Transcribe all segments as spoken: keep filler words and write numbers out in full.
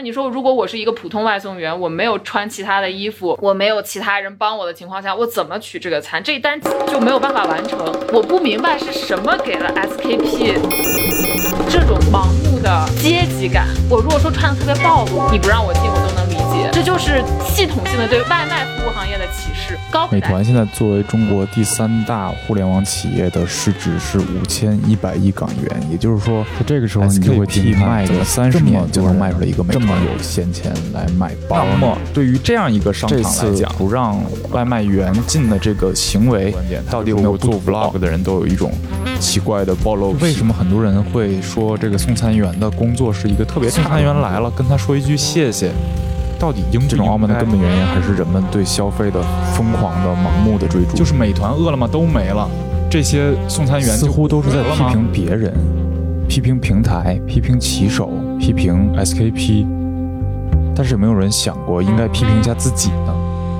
你说如果我是一个普通外送员，我没有穿其他的衣服，我没有其他人帮我的情况下，我怎么取这个餐？这一单就没有办法完成。我不明白是什么给了 S K P 这种盲目的阶级感。我如果说穿的特别暴露，你不让我进我都能理解，这就是系统性的对外卖服务行业的歧视。高美团现在作为中国第三大互联网企业的市值是五千一百亿港元，也就是说，在这个时候你就会替卖个三十年就能卖出来一个美团，这么有闲钱来买包。那么对于这样一个商场来讲，不让外卖员进的这个行为，到底有没有做 vlog 的人都有一种奇怪的暴露。为什么很多人会说这个送餐员的工作是一个特别送餐员来了跟他说一句谢谢？到底应这种傲慢的根本原因，还是人们对消费的疯狂的盲目的追逐？就是美团、饿了么都没了，这些送餐员似乎都是在批评别人，批评平台，批评骑手，批评 S K P， 但是有没有人想过应该批评一下自己呢？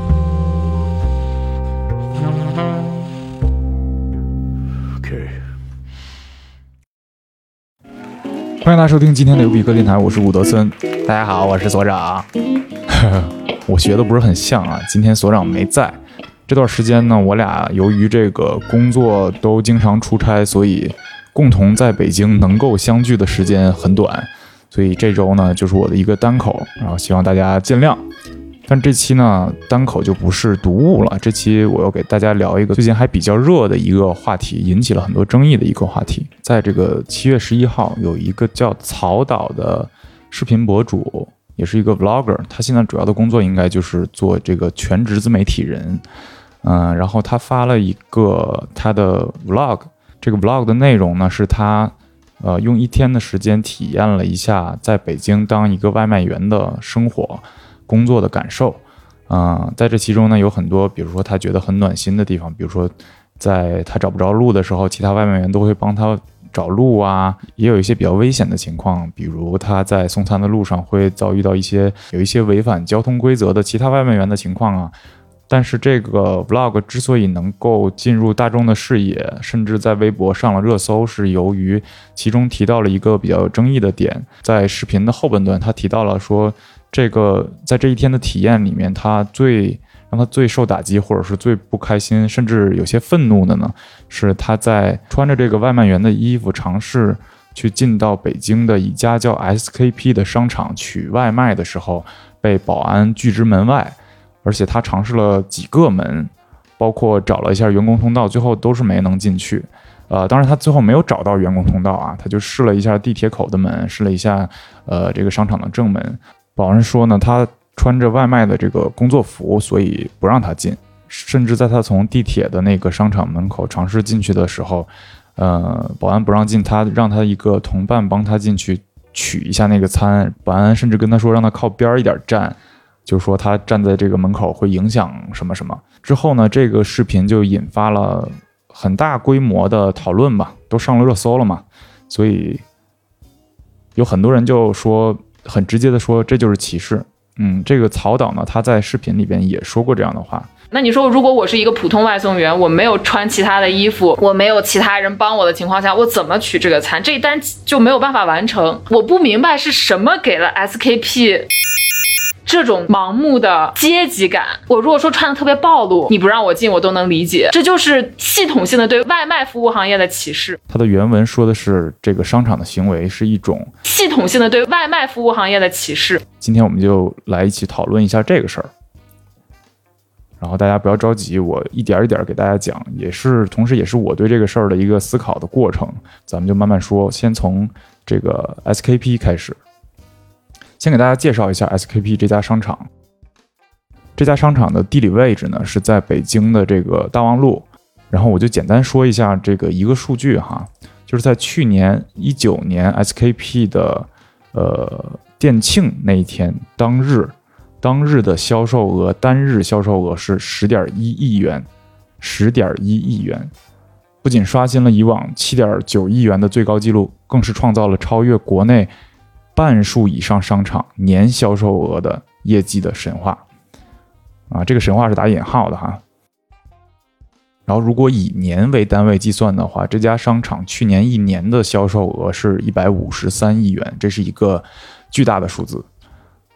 欢迎大家收听今天的有比克电台，我是伍德森。大家好，我是所长。我学的不是很像啊，今天所长没在。这段时间呢，我俩由于这个工作都经常出差，所以共同在北京能够相聚的时间很短，所以这周呢就是我的一个单口，然后希望大家见谅。但这期呢，单口就不是读物了。这期我要给大家聊一个最近还比较热的一个话题，引起了很多争议的一个话题。在这个七月十一号，有一个叫曹导的视频博主，也是一个 vlogger， 他现在主要的工作应该就是做这个全职自媒体人。嗯，然后他发了一个他的 vlog， 这个 vlog 的内容呢是他呃用一天的时间体验了一下在北京当一个外卖员的生活。工作的感受，啊、呃，在这其中呢有很多，比如说他觉得很暖心的地方，比如说在他找不着路的时候，其他外卖员都会帮他找路啊，也有一些比较危险的情况，比如他在送餐的路上会遭遇到一些有一些违反交通规则的其他外卖员的情况啊。但是这个 vlog 之所以能够进入大众的视野，甚至在微博上了热搜，是由于其中提到了一个比较有争议的点，在视频的后半段，他提到了说。这个在这一天的体验里面，他最让他最受打击，或者是最不开心，甚至有些愤怒的呢，是他在穿着这个外卖员的衣服，尝试去进到北京的一家叫 S K P 的商场取外卖的时候，被保安拒之门外，而且他尝试了几个门，包括找了一下员工通道，最后都是没能进去。呃，当然他最后没有找到员工通道啊，他就试了一下地铁口的门，试了一下呃这个商场的正门。保安说呢，他穿着外卖的这个工作服，所以不让他进。甚至在他从地铁的那个商场门口尝试进去的时候，呃，保安不让进，他让他一个同伴帮他进去取一下那个餐。保安甚至跟他说，让他靠边一点站，就说他站在这个门口会影响什么什么。之后呢，这个视频就引发了很大规模的讨论吧，都上了热搜了嘛。所以有很多人就说。很直接的说，这就是歧视。嗯，这个曹导呢，他在视频里边也说过这样的话。 那你说，如果我是一个普通外送员，我没有穿其他的衣服，我没有其他人帮我的情况下，我怎么取这个餐？这一单就没有办法完成。我不明白是什么给了 S K P 这种盲目的阶级感。我如果说穿的特别暴露，你不让我进我都能理解，这就是系统性的对外卖服务行业的歧视。 他的原文说的是这个商场的行为是一种系统性的对外卖服务行业的歧视。 今天我们就来一起讨论一下这个事儿，然后大家不要着急，我一点一点给大家讲，也是同时也是我对这个事儿的一个思考的过程，咱们就慢慢说，先从这个 S K P 开始。先给大家介绍一下 S K P 这家商场。这家商场的地理位置呢是在北京的这个大望路。然后我就简单说一下这个一个数据哈，就是在去年一九年 S K P 的呃店庆那一天当日，当日的销售额单日销售额是 十点一亿元 ,十点一亿元，不仅刷新了以往 七点九亿元的最高纪录，更是创造了超越国内半数以上商场年销售额的业绩的神话啊，这个神话是打引号的哈。然后如果以年为单位计算的话，这家商场去年一年的销售额是一百五十三亿元，这是一个巨大的数字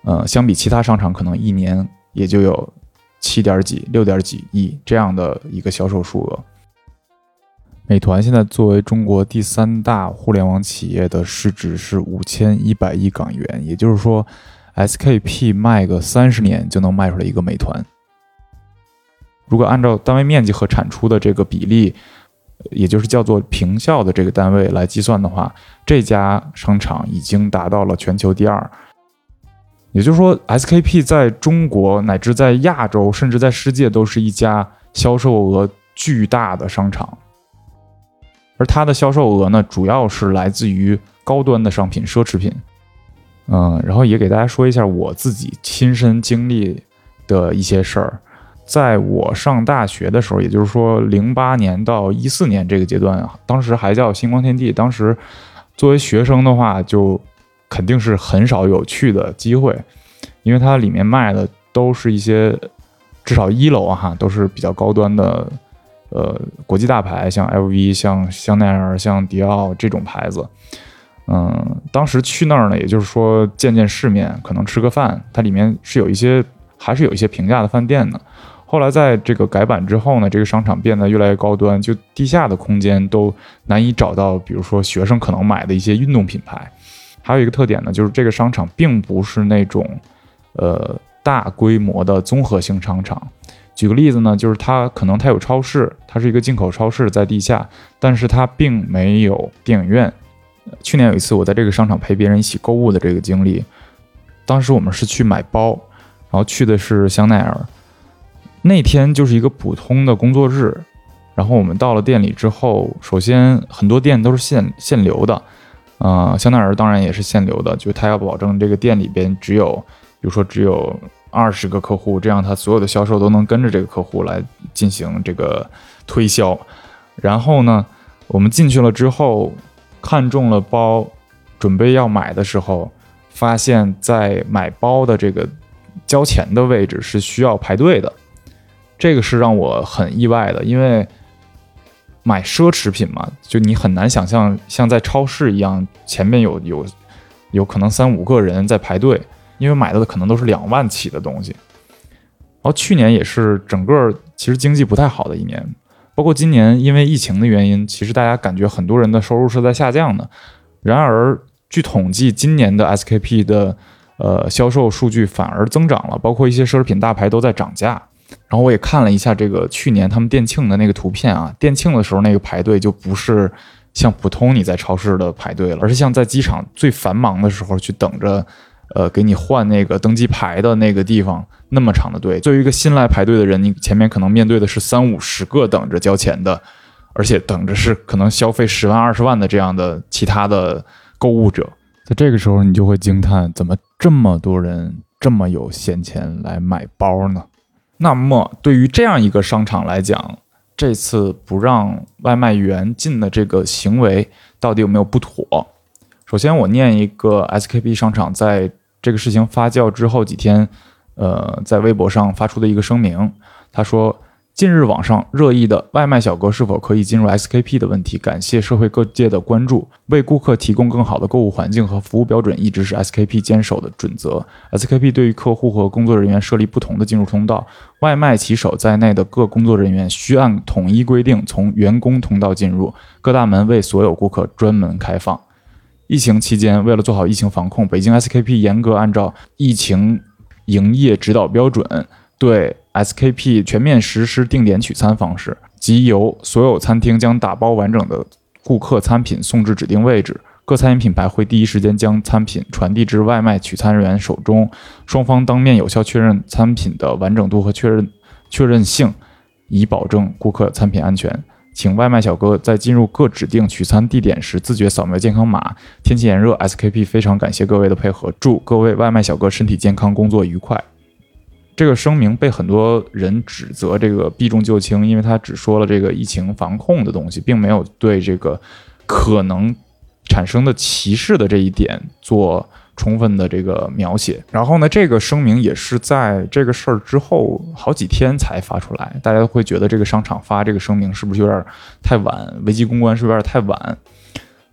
呃，相比其他商场可能一年也就有七点几、六点几亿这样的一个销售数额。美团现在作为中国第三大互联网企业的市值是五千一百亿港元，也就是说 S K P 卖个三十年就能卖出来一个美团。如果按照单位面积和产出的这个比例，也就是叫做坪效的这个单位来计算的话，这家商场已经达到了全球第二。也就是说 S K P 在中国乃至在亚洲甚至在世界都是一家销售额巨大的商场。而它的销售额呢，主要是来自于高端的商品、奢侈品。嗯，然后也给大家说一下我自己亲身经历的一些事儿。在我上大学的时候，也就是说零八年到一四年这个阶段，当时还叫星光天地。当时作为学生的话，就肯定是很少有去的机会，因为它里面卖的都是一些至少一楼啊哈，都是比较高端的。呃，国际大牌，像 L V、像香奈儿、像迪奥这种牌子，嗯，当时去那儿呢，也就是说见见世面，可能吃个饭，它里面是有一些，还是有一些平价的饭店的。后来在这个改版之后呢，这个商场变得越来越高端，就地下的空间都难以找到，比如说学生可能买的一些运动品牌。还有一个特点呢，就是这个商场并不是那种呃大规模的综合性商场。举个例子呢，就是它可能它有超市，它是一个进口超市在地下，但是它并没有电影院。去年有一次我在这个商场陪别人一起购物的这个经历，当时我们是去买包，然后去的是香奈儿。那天就是一个普通的工作日，然后我们到了店里之后，首先很多店都是限限流的，呃，香奈儿当然也是限流的，就是它要保证这个店里边只有，比如说只有二十个客户，这样他所有的销售都能跟着这个客户来进行这个推销。然后呢，我们进去了之后，看中了包，准备要买的时候，发现在买包的这个交钱的位置是需要排队的。这个是让我很意外的，因为买奢侈品嘛，就你很难想象像在超市一样，前面有有有可能三五个人在排队。因为买的可能都是两万起的东西，然后去年也是整个其实经济不太好的一年，包括今年因为疫情的原因，其实大家感觉很多人的收入是在下降的。然而据统计，今年的 S K P 的呃销售数据反而增长了，包括一些奢侈品大牌都在涨价。然后我也看了一下这个去年他们店庆的那个图片啊，店庆的时候那个排队就不是像普通你在超市的排队了，而是像在机场最繁忙的时候去等着。呃，给你换那个登机牌的那个地方那么长的队，作为一个新来排队的人，你前面可能面对的是三五十个等着交钱的，而且等着是可能消费十万二十万的这样的其他的购物者。在这个时候，你就会惊叹，怎么这么多人这么有闲钱来买包呢？那么对于这样一个商场来讲，这次不让外卖员进的这个行为到底有没有不妥？首先我念一个 S K P 商场在这个事情发酵之后几天，呃，在微博上发出的一个声明。他说，近日网上热议的外卖小哥是否可以进入 S K P 的问题，感谢社会各界的关注。为顾客提供更好的购物环境和服务标准一直是 S K P 坚守的准则。S K P 对于客户和工作人员设立不同的进入通道，外卖骑手在内的各工作人员需按统一规定从员工通道进入，各大门为所有顾客专门开放。疫情期间，为了做好疫情防控，北京 S K P 严格按照疫情营业指导标准，对 S K P 全面实施定点取餐方式，即由所有餐厅将打包完整的顾客餐品送至指定位置，各餐饮品牌会第一时间将餐品传递至外卖取餐人员手中，双方当面有效确认餐品的完整度和确认确认性，以保证顾客餐品安全。请外卖小哥在进入各指定取餐地点时自觉扫描健康码。天气炎热 ，S K P 非常感谢各位的配合，祝各位外卖小哥身体健康，工作愉快。这个声明被很多人指责这个避重就轻，因为他只说了这个疫情防控的东西，并没有对这个可能产生的歧视的这一点做充分的这个描写。然后呢，这个声明也是在这个事儿之后好几天才发出来，大家都会觉得这个商场发这个声明是不是有点太晚，危机公关是不是有点太晚？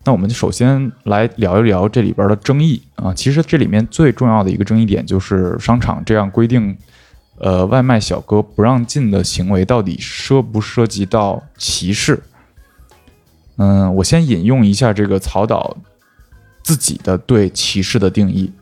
那我们首先来聊一聊这里边的争议啊。其实这里面最重要的一个争议点就是商场这样规定，呃，外卖小哥不让进的行为到底涉不涉及到歧视？嗯，我先引用一下这个曹导自己的对歧视的定义。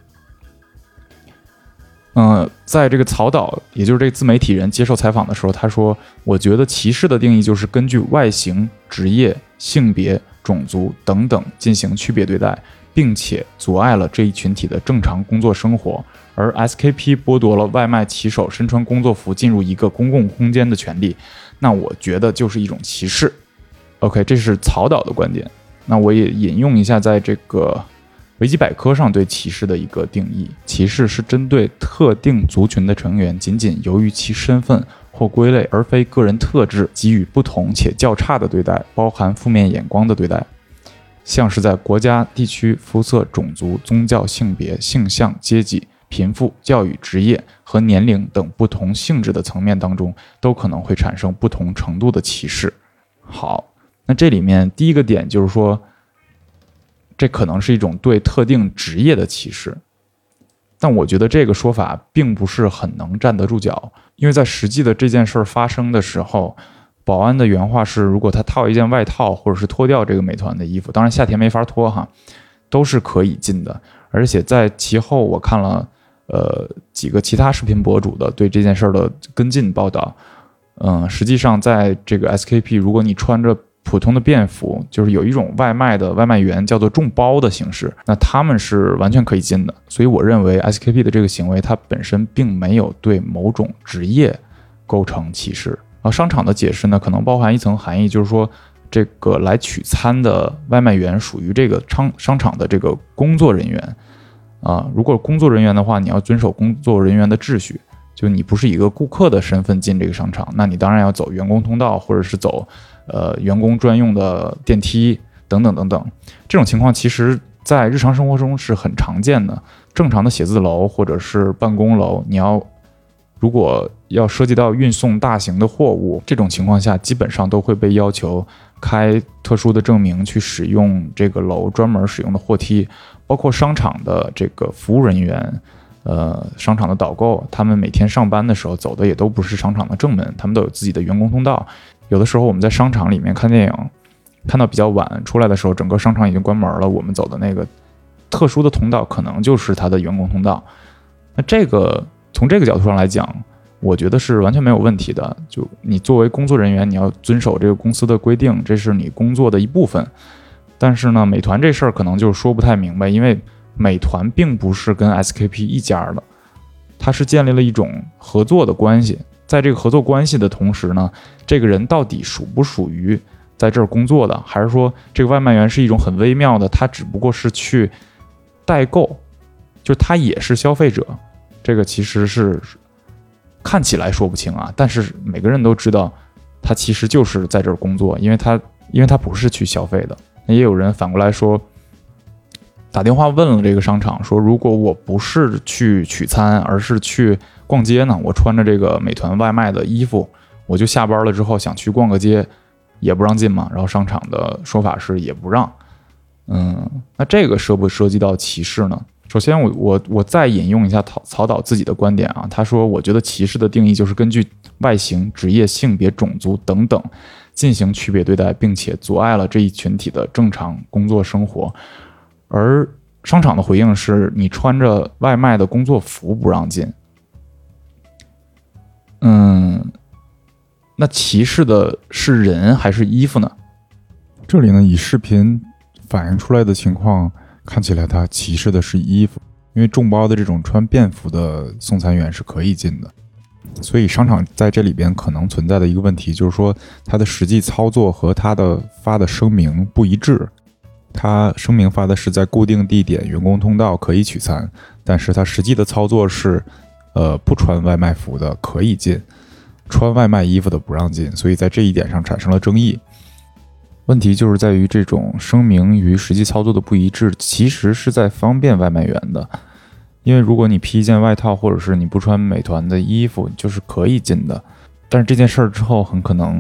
嗯、呃，在这个曹导，也就是这个自媒体人接受采访的时候，他说：“我觉得歧视的定义就是根据外形、职业、性别、种族等等进行区别对待，并且阻碍了这一群体的正常工作生活。而 S K P 剥夺了外卖骑手身穿工作服进入一个公共空间的权利，那我觉得就是一种歧视。” OK， 这是曹导的观点。那我也引用一下在这个维基百科上对歧视的一个定义：歧视是针对特定族群的成员仅仅由于其身份或归类，而非个人特质给予不同且较差的对待，包含负面眼光的对待，像是在国家、地区、肤色、种族、宗教、性别、性向、阶级、贫富、教育、职业和年龄等不同性质的层面当中，都可能会产生不同程度的歧视。好，那这里面第一个点就是说，这可能是一种对特定职业的歧视，但我觉得这个说法并不是很能站得住脚，因为在实际的这件事发生的时候，保安的原话是，如果他套一件外套或者是脱掉这个美团的衣服，当然夏天没法脱哈，都是可以进的。而且在其后我看了呃几个其他视频博主的对这件事的跟进报道，嗯、呃，实际上在这个 S K P， 如果你穿着普通的便服，就是有一种外卖的外卖员叫做众包的形式，那他们是完全可以进的。所以我认为 S K P 的这个行为，它本身并没有对某种职业构成歧视。然后商场的解释呢，可能包含一层含义，就是说这个来取餐的外卖员属于这个商商场的这个工作人员啊。如果工作人员的话，你要遵守工作人员的秩序，就你不是以一个顾客的身份进这个商场，那你当然要走员工通道，或者是走呃员工专用的电梯等等等等。这种情况其实在日常生活中是很常见的。正常的写字楼或者是办公楼，你要如果要涉及到运送大型的货物，这种情况下基本上都会被要求开特殊的证明去使用这个楼专门使用的货梯。包括商场的这个服务人员，呃，商场的导购，他们每天上班的时候走的也都不是商场的正门，他们都有自己的员工通道。有的时候我们在商场里面看电影，看到比较晚出来的时候，整个商场已经关门了，我们走的那个特殊的通道可能就是他的员工通道。那这个从这个角度上来讲，我觉得是完全没有问题的。就你作为工作人员，你要遵守这个公司的规定，这是你工作的一部分。但是呢，美团这事儿可能就说不太明白，因为美团并不是跟 S K P 一家的，它是建立了一种合作的关系。在这个合作关系的同时呢，这个人到底属不属于在这儿工作的，还是说这个外卖员是一种很微妙的，他只不过是去代购，就他也是消费者，这个其实是看起来说不清啊，但是每个人都知道他其实就是在这儿工作，因为他因为他不是去消费的。也有人反过来说，打电话问了这个商场说，如果我不是去取餐，而是去逛街呢，我穿着这个美团外卖的衣服，我就下班了之后想去逛个街，也不让进嘛。然后商场的说法是也不让。嗯，那这个涉不涉及到歧视呢？首先我我我再引用一下曹曹导自己的观点啊，他说，我觉得歧视的定义就是根据外形、职业、性别、种族等等进行区别对待，并且阻碍了这一群体的正常工作生活。而商场的回应是，你穿着外卖的工作服不让进。嗯，那歧视的是人还是衣服呢？ 这里呢，以视频反映出来的情况看起来，他歧视的是衣服，因为众包的这种穿便服的送餐员是可以进的。所以商场在这里边可能存在的一个问题就是说，他的实际操作和他的发的声明不一致。他声明发的是在固定地点员工通道可以取餐，但是他实际的操作是呃不穿外卖服的可以进，穿外卖衣服的不让进，所以在这一点上产生了争议。问题就是在于这种声明与实际操作的不一致，其实是在方便外卖员的。因为如果你披一件外套，或者是你不穿美团的衣服，就是可以进的。但是这件事儿之后，很可能这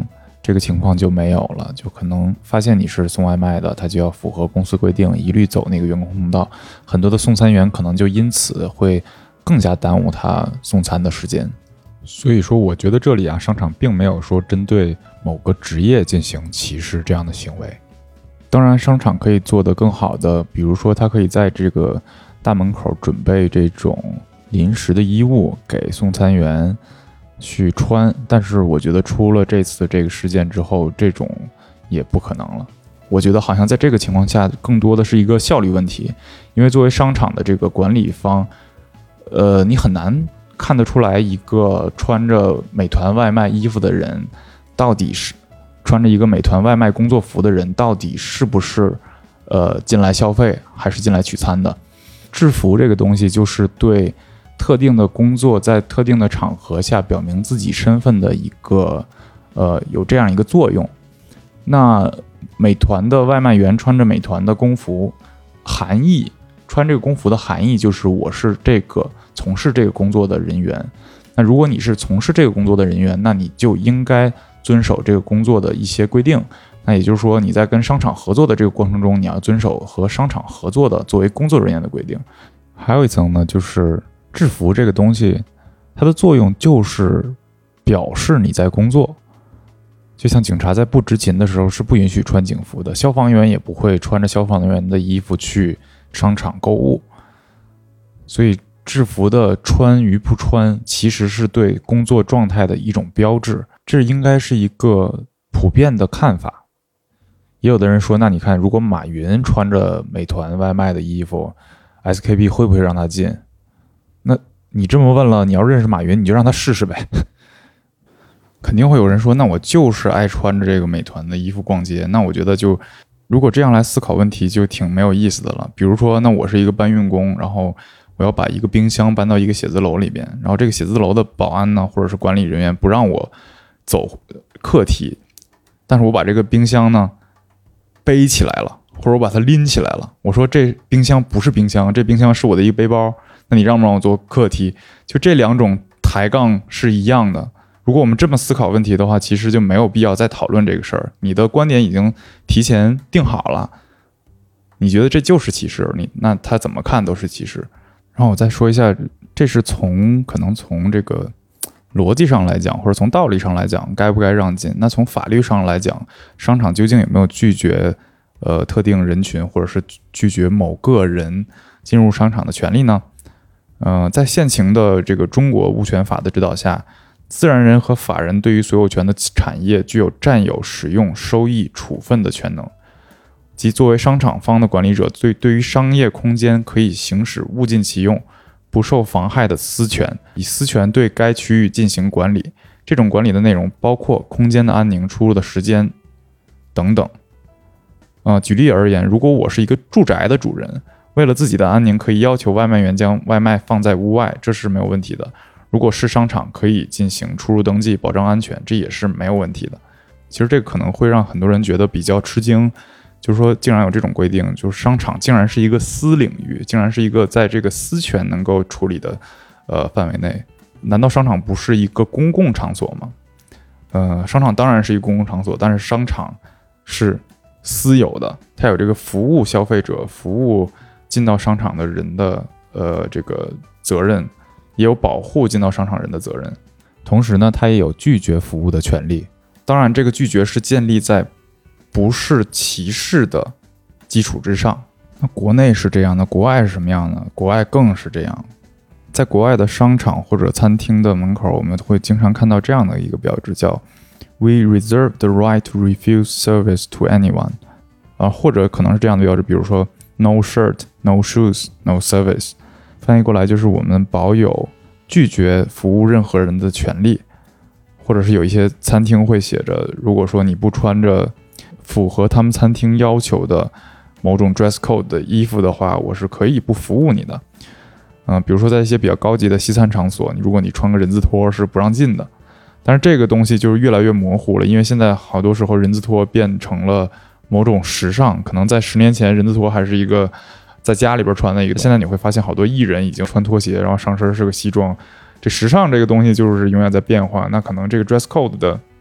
这个情况就没有了，就可能发现你是送外卖的，他就要符合公司规定，一律走那个员工通道，很多的送餐员可能就因此会更加耽误他送餐的时间。 所以说我觉得这里啊，商场并没有说针对某个职业进行歧视这样的行为。 当然商场可以做得更好的，比如说他可以在这个大门口准备这种临时的衣物给送餐员去穿，但是我觉得出了这次这个事件之后，这种也不可能了。我觉得好像在这个情况下更多的是一个效率问题，因为作为商场的这个管理方，呃，你很难看得出来一个穿着美团外卖衣服的人到底是穿着一个美团外卖工作服的人到底是不是呃进来消费还是进来取餐的。制服这个东西就是对特定的工作在特定的场合下表明自己身份的一个呃有这样一个作用。那美团的外卖员穿着美团的工服，含义穿这个工服的含义就是我是这个从事这个工作的人员。那如果你是从事这个工作的人员，那你就应该遵守这个工作的一些规定。那也就是说你在跟商场合作的这个过程中，你要遵守和商场合作的作为工作人员的规定。 还有一层呢，就是制服这个东西它的作用就是表示你在工作。就像警察在不执勤的时候是不允许穿警服的，消防员也不会穿着消防员的衣服去商场购物。所以制服的穿与不穿其实是对工作状态的一种标志，这应该是一个普遍的看法。也有的人说，那你看如果马云穿着美团外卖的衣服， S K P 会不会让他进？那你这么问了，你要认识马云你就让他试试呗。肯定会有人说，那我就是爱穿着这个美团的衣服逛街。那我觉得就如果这样来思考问题就挺没有意思的了。比如说，那我是一个搬运工，然后我要把一个冰箱搬到一个写字楼里边，然后这个写字楼的保安呢或者是管理人员不让我走客梯，但是我把这个冰箱呢背起来了，或者我把它拎起来了，我说这冰箱不是冰箱，这冰箱是我的一个背包，那你让不让我坐客梯？就这两种抬杠是一样的。如果我们这么思考问题的话，其实就没有必要再讨论这个事儿。你的观点已经提前定好了，你觉得这就是歧视，你那他怎么看都是歧视。然后我再说一下，这是从可能从这个逻辑上来讲，或者从道理上来讲，该不该让进？那从法律上来讲，商场究竟有没有拒绝呃特定人群，或者是拒绝某个人进入商场的权利呢？呃，在现行的这个中国物权法的指导下，自然人和法人对于所有权的产业具有占有、使用、收益、处分的权能，即作为商场方的管理者，对对于商业空间可以行使物尽其用、不受妨害的私权，以私权对该区域进行管理。这种管理的内容包括空间的安宁、出入的时间等等。呃，举例而言，如果我是一个住宅的主人，为了自己的安宁，可以要求外卖员将外卖放在屋外，这是没有问题的。如果是商场，可以进行出入登记，保障安全，这也是没有问题的。其实这个可能会让很多人觉得比较吃惊，就是说竟然有这种规定，就是商场竟然是一个私领域，竟然是一个在这个私权能够处理的呃范围内。难道商场不是一个公共场所吗？呃，商场当然是一个公共场所，但是商场是私有的，它有这个服务消费者、服务进到商场的人的呃这个责任，也有保护进到商场人的责任。同时呢，它也有拒绝服务的权利。当然，这个拒绝是建立在不是歧视的基础之上。那国内是这样的，国外是什么样呢？国外更是这样。在国外的商场或者餐厅的门口，我们会经常看到这样的一个标志，叫 We reserve the right to refuse service to anyone。啊，或者可能是这样的标志，比如说 No shirt, no shoes, no service。翻译过来就是我们保有拒绝服务任何人的权利。或者是有一些餐厅会写着，如果说你不穿着符合他们餐厅要求的某种 dress code 的衣服的话，我是可以不服务你的。嗯、呃，比如说在一些比较高级的西餐场所，如果你穿个人字拖是不让进的。但是这个东西就是越来越模糊了，因为现在好多时候人字拖变成了某种时尚，可能在十年前人字拖还是一个在家里边穿的一个，现在你会发现好多艺人已经穿拖鞋，然后上身是个西装。这时尚这个东西就是永远在变化，那可能这个 dress code 的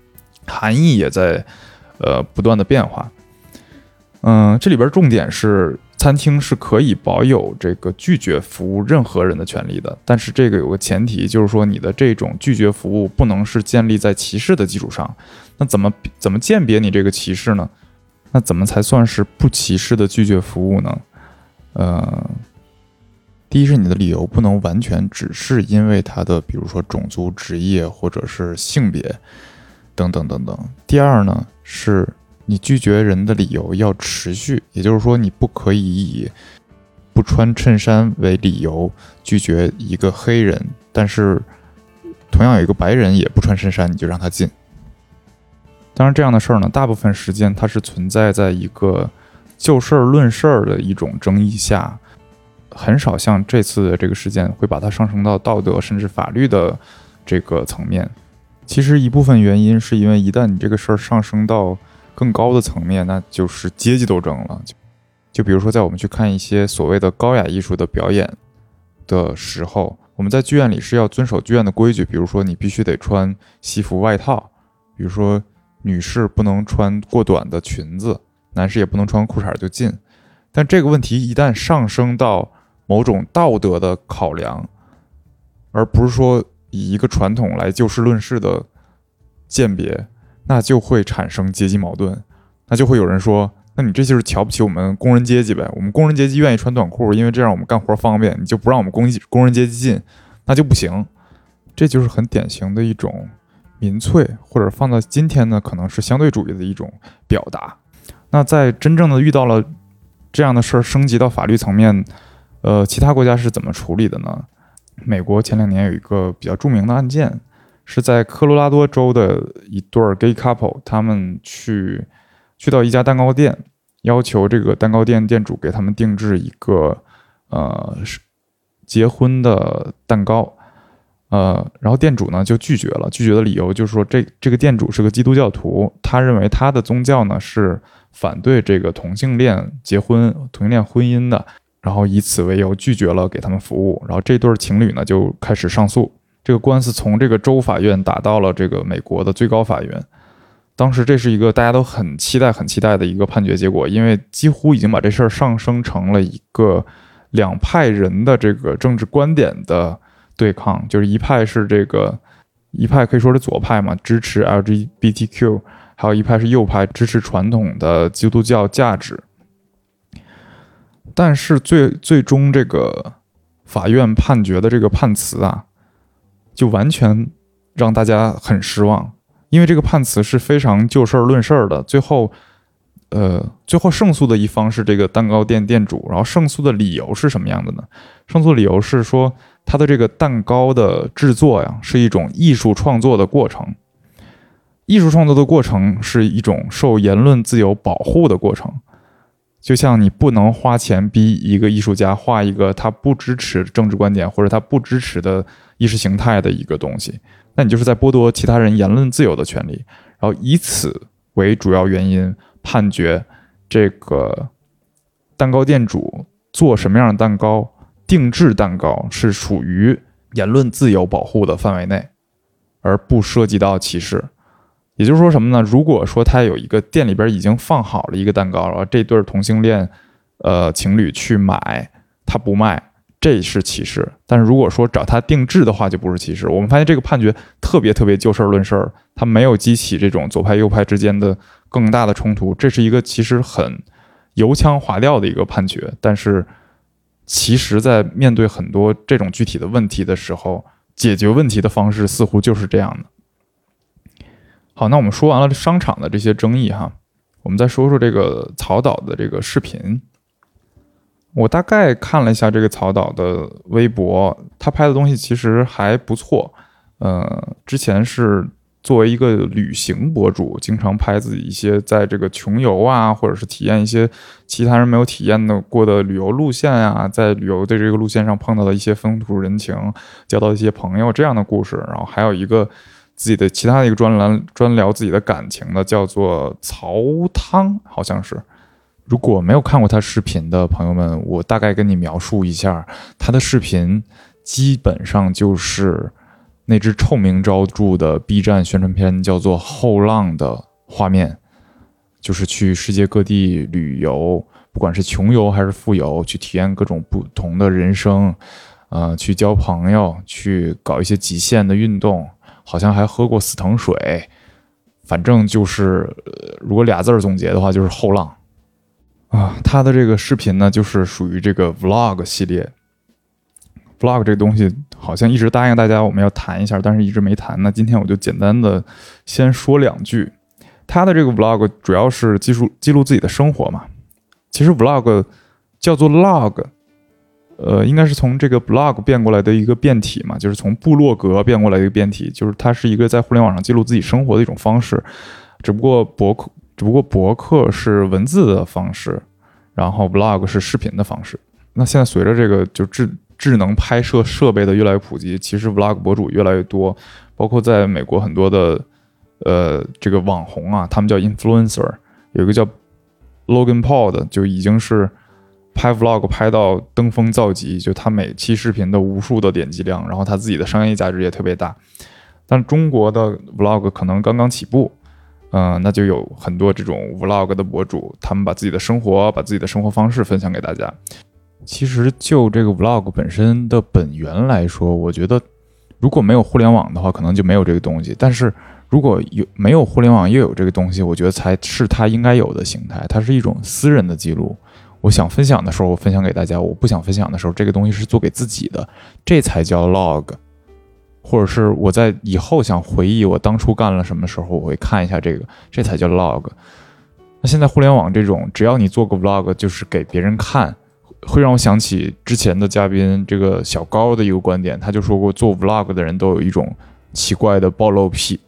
含义也在呃不断的变化。嗯，这里边重点是餐厅是可以保有这个拒绝服务任何人的权利的，但是这个有个前提，就是说你的这种拒绝服务不能是建立在歧视的基础上。那怎么怎么鉴别你这个歧视呢？那怎么才算是不歧视的拒绝服务呢？呃，第一是你的理由不能完全只是因为他的比如说种族、职业或者是性别等等等等。第二呢，是你拒绝人的理由要持续，也就是说你不可以以不穿衬衫为理由拒绝一个黑人，但是同样有一个白人也不穿衬衫你就让他进。当然这样的事儿呢，大部分时间它是存在在一个就事儿论事儿的一种争议下，很少像这次的这个事件会把它上升到道德甚至法律的这个层面。其实一部分原因是因为一旦你这个事儿上升到更高的层面，那就是阶级斗争了。就比如说在我们去看一些所谓的高雅艺术的表演的时候，我们在剧院里是要遵守剧院的规矩，比如说你必须得穿西服外套，比如说女士不能穿过短的裙子，男士也不能穿裤衩就进。但这个问题一旦上升到某种道德的考量，而不是说以一个传统来就事论事的鉴别，那就会产生阶级矛盾。那就会有人说，那你这就是瞧不起我们工人阶级呗，我们工人阶级愿意穿短裤，因为这样我们干活方便，你就不让我们工工人阶级进，那就不行。这就是很典型的一种民粹，或者放到今天呢，可能是相对主义的一种表达。那在真正的遇到了这样的事儿升级到法律层面，呃，其他国家是怎么处理的呢？美国前两年有一个比较著名的案件，是在科罗拉多州的一对 gay couple， 他们去去到一家蛋糕店，要求这个蛋糕店店主给他们定制一个呃结婚的蛋糕。呃，然后店主呢就拒绝了，拒绝的理由就是说这这个店主是个基督教徒，他认为他的宗教呢是反对这个同性恋结婚、同性恋婚姻的，然后以此为由拒绝了给他们服务。然后这对情侣呢就开始上诉，这个官司从这个州法院打到了这个美国的最高法院。当时这是一个大家都很期待、很期待的一个判决结果，因为几乎已经把这事儿上升成了一个两派人的这个政治观点的对抗，就是一派是这个一派可以说是左派嘛，支持 L G B T Q， 还有一派是右派，支持传统的基督教价值。但是最最终这个法院判决的这个判词啊，就完全让大家很失望，因为这个判词是非常就事儿论事儿的。最后呃，最后胜诉的一方是这个蛋糕店店主，然后胜诉的理由是什么样的呢？胜诉理由是说他的这个蛋糕的制作呀，是一种艺术创作的过程。艺术创作的过程是一种受言论自由保护的过程。就像你不能花钱逼一个艺术家画一个他不支持政治观点或者他不支持的意识形态的一个东西，那你就是在剥夺其他人言论自由的权利。然后以此为主要原因，判决这个蛋糕店主做什么样的蛋糕，定制蛋糕是属于言论自由保护的范围内，而不涉及到歧视。也就是说什么呢？如果说他有一个店里边已经放好了一个蛋糕，然后这对同性恋呃情侣去买，他不卖，这是歧视。但是如果说找他定制的话，就不是歧视。我们发现这个判决特别特别就事论事儿，它没有激起这种左派右派之间的更大的冲突。这是一个其实很油腔滑调的一个判决，但是其实在面对很多这种具体的问题的时候，解决问题的方式似乎就是这样的。好，那我们说完了商场的这些争议哈，我们再说说这个曹导的这个视频。我大概看了一下这个曹导的微博，他拍的东西其实还不错。呃，之前是作为一个旅行博主，经常拍自己一些在这个穷游啊，或者是体验一些其他人没有体验的过的旅游路线啊，在旅游的这个路线上碰到的一些风土人情，交到一些朋友这样的故事。然后还有一个自己的其他的一个专栏，专聊自己的感情的，叫做曹汤，好像是。如果没有看过他视频的朋友们，我大概跟你描述一下，他的视频基本上就是那支臭名昭著的 B 站宣传片叫做《后浪》的画面，就是去世界各地旅游，不管是穷游还是富游，去体验各种不同的人生，呃，去交朋友，去搞一些极限的运动，好像还喝过死藤水，反正就是，呃、如果俩字总结的话，就是后浪啊。他的这个视频呢，就是属于这个 vlog 系列。vlog 这个东西好像一直答应大家我们要谈一下，但是一直没谈。那今天我就简单的先说两句。他的这个 vlog 主要是记录记录自己的生活嘛。其实 vlog 叫做 log， 呃，应该是从这个 blog 变过来的一个变体嘛，就是从部落格变过来的一个变体，就是它是一个在互联网上记录自己生活的一种方式。只不过博客，只不过博客是文字的方式，然后 vlog 是视频的方式。那现在随着这个就智智能拍摄设备的越来越普及，其实 vlog 博主越来越多，包括在美国很多的呃这个网红啊，他们叫 influencer， 有一个叫 Logan Paul 的，就已经是拍 vlog 拍到登峰造极，就他每期视频的无数的点击量，然后他自己的商业价值也特别大。但中国的 vlog 可能刚刚起步，嗯、呃，那就有很多这种 vlog 的博主，他们把自己的生活，把自己的生活方式分享给大家。其实就这个 vlog 本身的本源来说，我觉得如果没有互联网的话，可能就没有这个东西。但是如果有没有互联网又有这个东西，我觉得才是它应该有的形态。它是一种私人的记录，我想分享的时候我分享给大家，我不想分享的时候，这个东西是做给自己的，这才叫 log。或者是我在以后想回忆我当初干了什么时候，我会看一下这个，这才叫 log。那现在互联网这种，只要你做个 vlog 就是给别人看，会让我想起之前的嘉宾这个小高的一个观点，他就说过做 vlog 的人都有一种奇怪的暴露癖，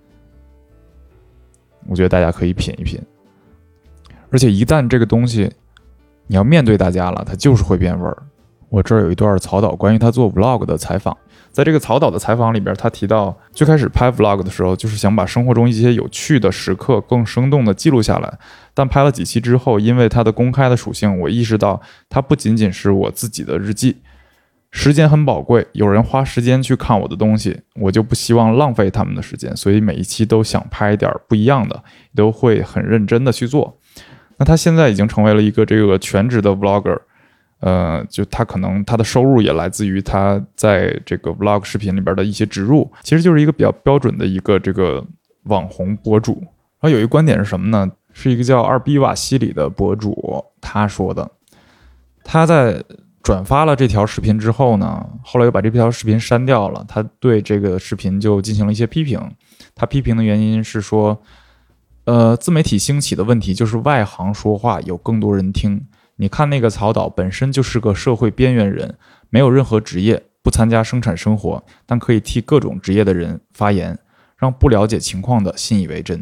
我觉得大家可以品一品。而且一旦这个东西你要面对大家了，它就是会变味儿。我这儿有一段曹导关于他做 vlog 的采访，在这个曹导的采访里边，他提到最开始拍 vlog 的时候，就是想把生活中一些有趣的时刻更生动的记录下来。但拍了几期之后，因为它的公开的属性，我意识到它不仅仅是我自己的日记，时间很宝贵，有人花时间去看我的东西，我就不希望浪费他们的时间，所以每一期都想拍一点不一样的，都会很认真的去做。那他现在已经成为了一个这个全职的 vlogger， 呃，就他可能他的收入也来自于他在这个 vlog 视频里边的一些植入，其实就是一个比较标准的一个这个网红博主。然后有一个观点是什么呢？是一个叫二逼瓦西里的博主他说的，他在转发了这条视频之后呢，后来又把这条视频删掉了，他对这个视频就进行了一些批评。他批评的原因是说，呃，自媒体兴起的问题就是外行说话有更多人听。你看那个曹导本身就是个社会边缘人，没有任何职业，不参加生产生活，但可以替各种职业的人发言，让不了解情况的信以为真。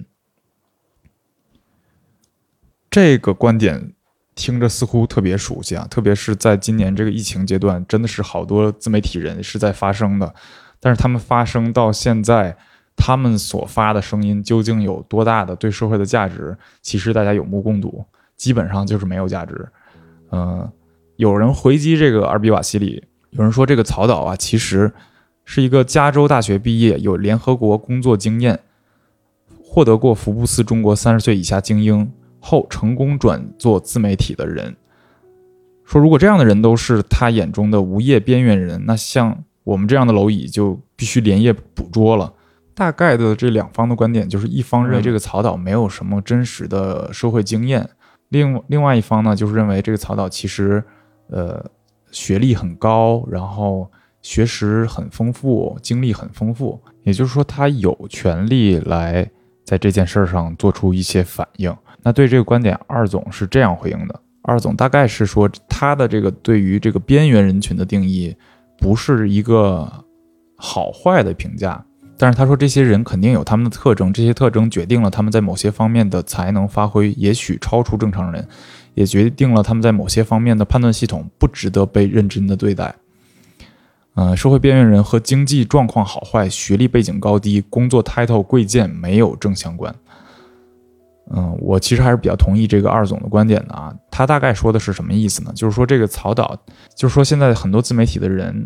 这个观点听着似乎特别熟悉啊，特别是在今年这个疫情阶段，真的是好多自媒体人是在发声的，但是他们发声到现在，他们所发的声音究竟有多大的对社会的价值，其实大家有目共睹，基本上就是没有价值。呃，有人回击这个二比瓦西里，有人说这个曹导啊，其实是一个加州大学毕业，有联合国工作经验，获得过福布斯中国三十岁以下精英后成功转做自媒体的人。说如果这样的人都是他眼中的无业边缘人，那像我们这样的蝼蚁就必须连夜捕捉了。大概的这两方的观点就是，一方认为这个曹导没有什么真实的社会经验，另另外一方呢就是认为这个曹导其实呃学历很高，然后学识很丰富，经历很丰富，也就是说他有权利来在这件事上做出一些反应。那对这个观点，二总是这样回应的。二总大概是说，他的这个对于这个边缘人群的定义不是一个好坏的评价，但是他说这些人肯定有他们的特征，这些特征决定了他们在某些方面的才能发挥也许超出正常人，也决定了他们在某些方面的判断系统不值得被认真的对待。呃，社会边缘人和经济状况好坏、学历背景高低、工作 title 贵贱没有正相关。嗯，我其实还是比较同意这个二总的观点的啊。他大概说的是什么意思呢？就是说这个曹导，就是说现在很多自媒体的人，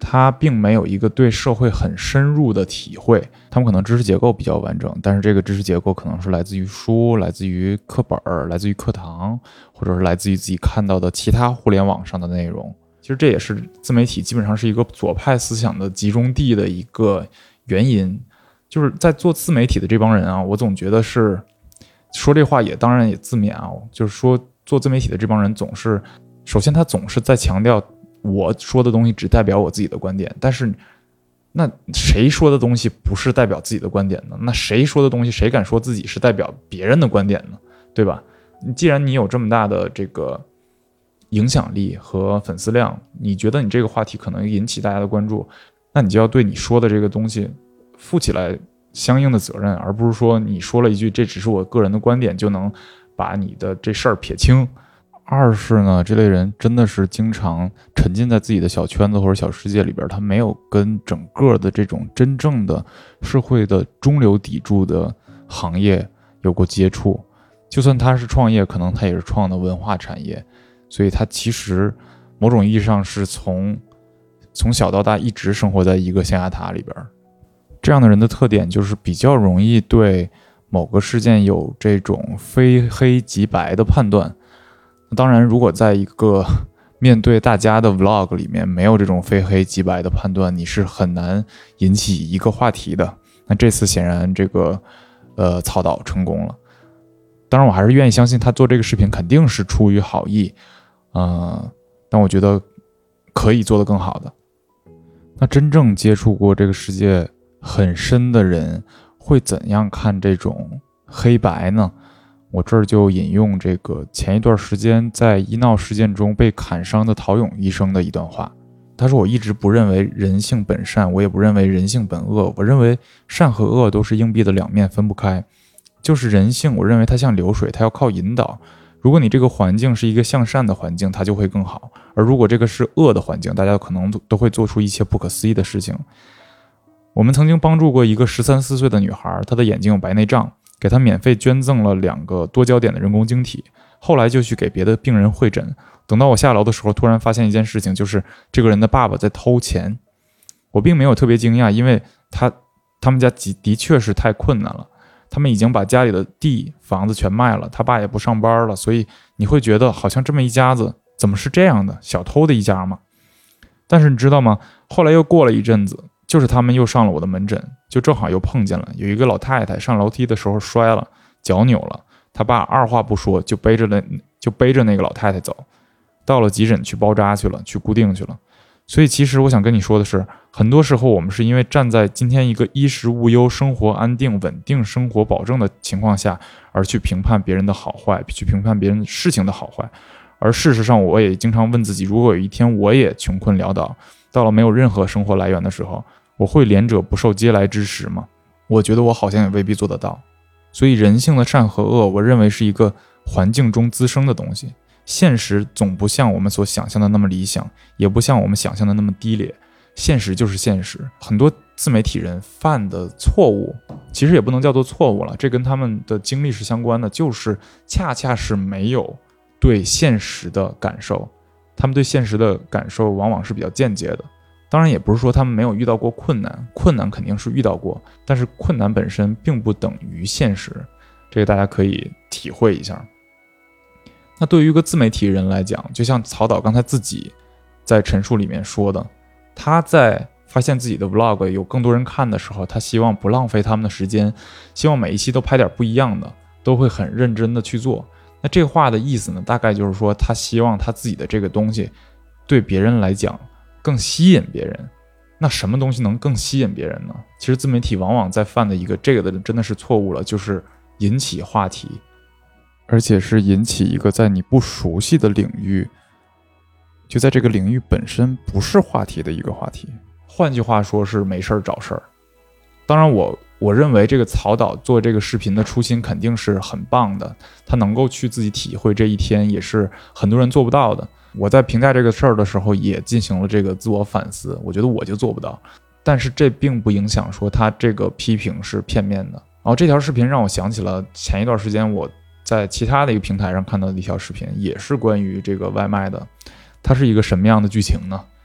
他并没有一个对社会很深入的体会，他们可能知识结构比较完整，但是这个知识结构可能是来自于书，来自于课本，来自于课堂，或者是来自于自己看到的其他互联网上的内容。其实这也是自媒体基本上是一个左派思想的集中地的一个原因。就是在做自媒体的这帮人啊，我总觉得是说这话也当然也自勉啊，就是说做自媒体的这帮人总是，首先他总是在强调我说的东西只代表我自己的观点，但是那谁说的东西不是代表自己的观点呢？那谁说的东西谁敢说自己是代表别人的观点呢？对吧？既然你有这么大的这个影响力和粉丝量，你觉得你这个话题可能引起大家的关注，那你就要对你说的这个东西负起来相应的责任，而不是说你说了一句这只是我个人的观点就能把你的这事儿撇清。二是呢，这类人真的是经常沉浸在自己的小圈子或者小世界里边，他没有跟整个的这种真正的社会的中流砥柱的行业有过接触。就算他是创业，可能他也是创的文化产业，所以他其实某种意义上是从从小到大一直生活在一个象牙塔里边。这样的人的特点就是比较容易对某个事件有这种非黑即白的判断。当然，如果在一个面对大家的 vlog 里面没有这种非黑即白的判断，你是很难引起一个话题的。那这次显然这个呃曹导成功了。当然我还是愿意相信他做这个视频肯定是出于好意，呃，但我觉得可以做得更好的。那真正接触过这个世界很深的人会怎样看这种黑白呢？我这儿就引用这个前一段时间在医闹事件中被砍伤的陶勇医生的一段话。他说，我一直不认为人性本善，我也不认为人性本恶，我认为善和恶都是硬币的两面，分不开。就是人性，我认为它像流水，它要靠引导。如果你这个环境是一个向善的环境，它就会更好，而如果这个是恶的环境，大家可能都会做出一些不可思议的事情。我们曾经帮助过一个十三四岁的女孩，她的眼睛有白内障，给她免费捐赠了两个多焦点的人工晶体，后来就去给别的病人会诊。等到我下楼的时候，突然发现一件事情，就是这个人的爸爸在偷钱。我并没有特别惊讶，因为他他们家的的确是太困难了，他们已经把家里的地房子全卖了，他爸也不上班了，所以你会觉得好像这么一家子怎么是这样的，小偷的一家吗？但是你知道吗？后来又过了一阵子，就是他们又上了我的门诊，就正好又碰见了有一个老太太上楼梯的时候摔了，脚扭了，他爸二话不说就背着那就背着那个老太太走，到了急诊去包扎去了，去固定去了。所以其实我想跟你说的是，很多时候我们是因为站在今天一个衣食无忧、生活安定、稳定生活保证的情况下，而去评判别人的好坏，去评判别人事情的好坏。而事实上，我也经常问自己，如果有一天我也穷困潦倒，到了没有任何生活来源的时候，我会怜者不受嗟来之食吗？我觉得我好像也未必做得到。所以人性的善和恶，我认为是一个环境中滋生的东西。现实总不像我们所想象的那么理想，也不像我们想象的那么低劣。现实就是现实。很多自媒体人犯的错误，其实也不能叫做错误了，这跟他们的经历是相关的，就是恰恰是没有对现实的感受。他们对现实的感受往往是比较间接的。当然也不是说他们没有遇到过困难，困难肯定是遇到过，但是困难本身并不等于现实，这个大家可以体会一下。那对于一个自媒体人来讲，就像曹导刚才自己在陈述里面说的，他在发现自己的 vlog 有更多人看的时候，他希望不浪费他们的时间，希望每一期都拍点不一样的，都会很认真的去做。那这话的意思呢，大概就是说他希望他自己的这个东西对别人来讲更吸引别人。那什么东西能更吸引别人呢？其实自媒体往往在犯的一个这个的真的是错误了，就是引起话题，而且是引起一个在你不熟悉的领域，就在这个领域本身不是话题的一个话题。换句话说是没事儿找事儿。当然我我认为这个曹导做这个视频的初心肯定是很棒的，他能够去自己体会这一天也是很多人做不到的。我在评价这个事儿的时候也进行了这个自我反思，我觉得我就做不到，但是这并不影响说他这个批评是片面的。然后这条视频让我想起了前一段时间我在其他的一个平台上看到的一条视频，也是关于这个外卖的。它是一个什么样的剧情呢？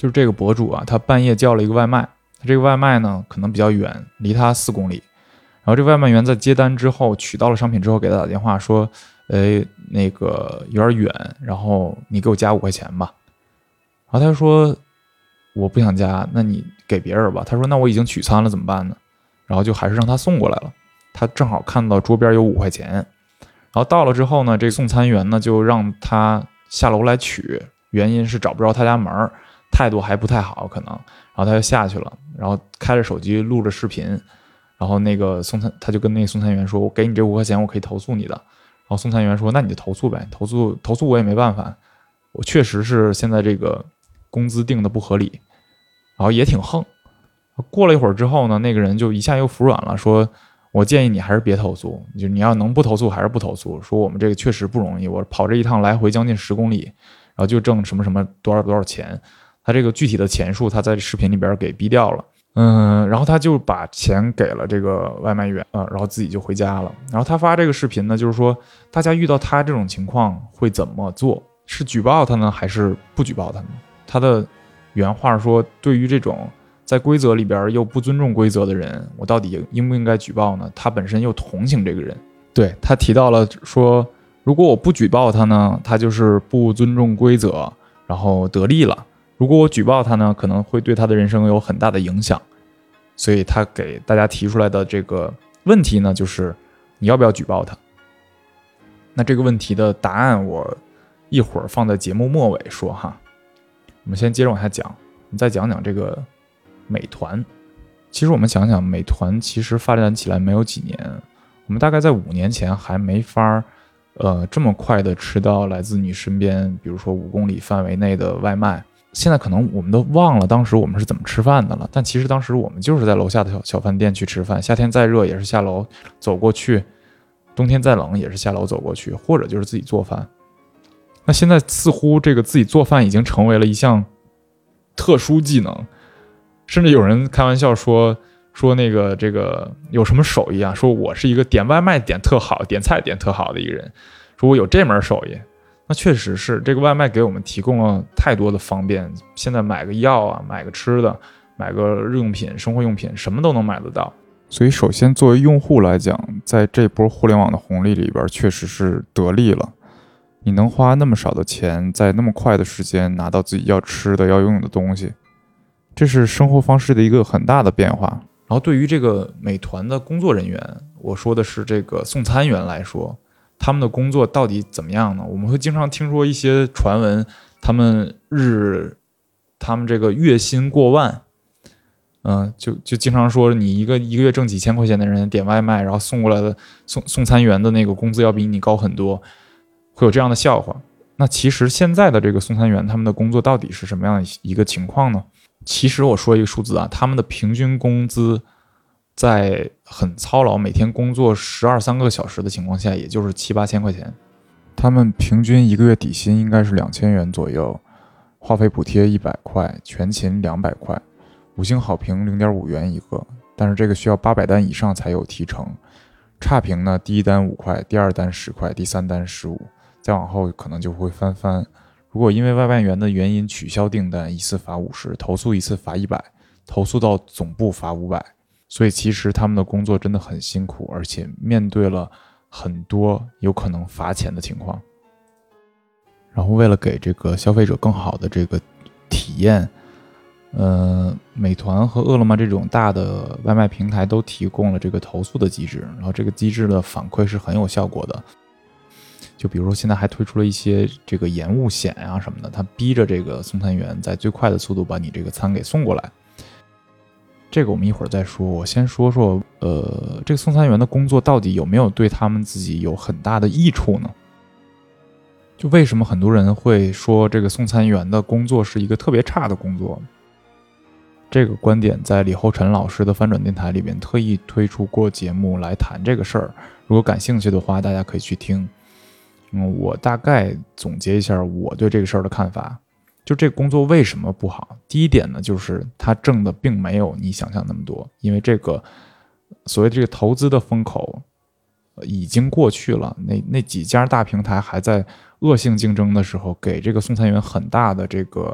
就是这个博主啊，他半夜叫了一个外卖，这个外卖呢可能比较远，离他四公里，然后这外卖员在接单之后取到了商品之后给他打电话说，哎，那个有点远，然后你给我加五块钱吧。然后他说我不想加，那你给别人吧。他说那我已经取餐了怎么办呢？然后就还是让他送过来了。他正好看到桌边有五块钱，然后到了之后呢，这个送餐员呢就让他下楼来取，原因是找不着他家门，态度还不太好可能。然后他就下去了，然后开着手机录着视频，然后那个送餐他就跟那个送餐员说，我给你这五块钱我可以投诉你的。然后送餐员说那你就投诉呗，投诉投诉我也没办法，我确实是现在这个工资定的不合理，然后也挺横。过了一会儿之后呢，那个人就一下又服软了，说我建议你还是别投诉，就你要能不投诉还是不投诉，说我们这个确实不容易，我跑这一趟来回将近十公里，然后就挣什么什么多少多少钱，他这个具体的钱数他在视频里边给逼掉了。嗯，然后他就把钱给了这个外卖员啊、呃，然后自己就回家了。然后他发这个视频呢，就是说大家遇到他这种情况会怎么做？是举报他呢，还是不举报他呢？他的原话说，对于这种在规则里边又不尊重规则的人，我到底应不应该举报呢？他本身又同情这个人，对，他提到了说，如果我不举报他呢，他就是不尊重规则，然后得利了。如果我举报他呢，可能会对他的人生有很大的影响。所以他给大家提出来的这个问题呢，就是你要不要举报他？那这个问题的答案我一会儿放在节目末尾说哈。我们先接着往下讲，我们再讲讲这个美团。其实我们想想，美团其实发展起来没有几年，我们大概在五年前还没法呃这么快的吃到来自你身边，比如说五公里范围内的外卖。现在可能我们都忘了当时我们是怎么吃饭的了，但其实当时我们就是在楼下的小小饭店去吃饭，夏天再热也是下楼走过去，冬天再冷也是下楼走过去，或者就是自己做饭。那现在似乎这个自己做饭已经成为了一项特殊技能，甚至有人开玩笑说说那个这个有什么手艺啊，说我是一个点外卖点特好，点菜点特好的一个人，说我有这门手艺。那确实是，这个外卖给我们提供了太多的方便，现在买个药啊，买个吃的，买个日用品、生活用品，什么都能买得到。所以首先作为用户来讲，在这波互联网的红利里边确实是得利了。你能花那么少的钱，在那么快的时间拿到自己要吃的要用的东西，这是生活方式的一个很大的变化。然后对于这个美团的工作人员，我说的是这个送餐员来说，他们的工作到底怎么样呢？我们会经常听说一些传闻，他们日，他们这个月薪过万，嗯、呃，就就经常说你一个一个月挣几千块钱的人点外卖，然后送过来的送送餐员的那个工资要比你高很多，会有这样的笑话。那其实现在的这个送餐员他们的工作到底是什么样的一个情况呢？其实我说一个数字啊，他们的平均工资在很操劳，每天工作十二三个小时的情况下，也就是七八千块钱。他们平均一个月底薪应该是两千元左右，话费补贴一百块，全勤两百块，五星好评零点五元一个，但是这个需要八百单以上才有提成。差评呢，第一单五块，第二单十块，第三单十五，再往后可能就会翻番。如果因为外卖员的原因取消订单，一次罚五十，投诉一次罚一百，投诉到总部罚五百。所以其实他们的工作真的很辛苦，而且面对了很多有可能罚钱的情况。然后为了给这个消费者更好的这个体验，呃，美团和饿了么这种大的外卖平台都提供了这个投诉的机制，然后这个机制的反馈是很有效果的。就比如说现在还推出了一些这个延误险啊什么的，它逼着这个送餐员在最快的速度把你这个餐给送过来。这个我们一会儿再说，我先说说呃，这个送餐员的工作到底有没有对他们自己有很大的益处呢？就为什么很多人会说这个送餐员的工作是一个特别差的工作？这个观点在李厚辰老师的翻转电台里边特意推出过节目来谈这个事儿，如果感兴趣的话大家可以去听。嗯，我大概总结一下我对这个事儿的看法。就这个工作为什么不好？第一点呢，就是他挣的并没有你想象那么多，因为这个所谓这个投资的风口已经过去了，那那几家大平台还在恶性竞争的时候，给这个送餐员很大的这个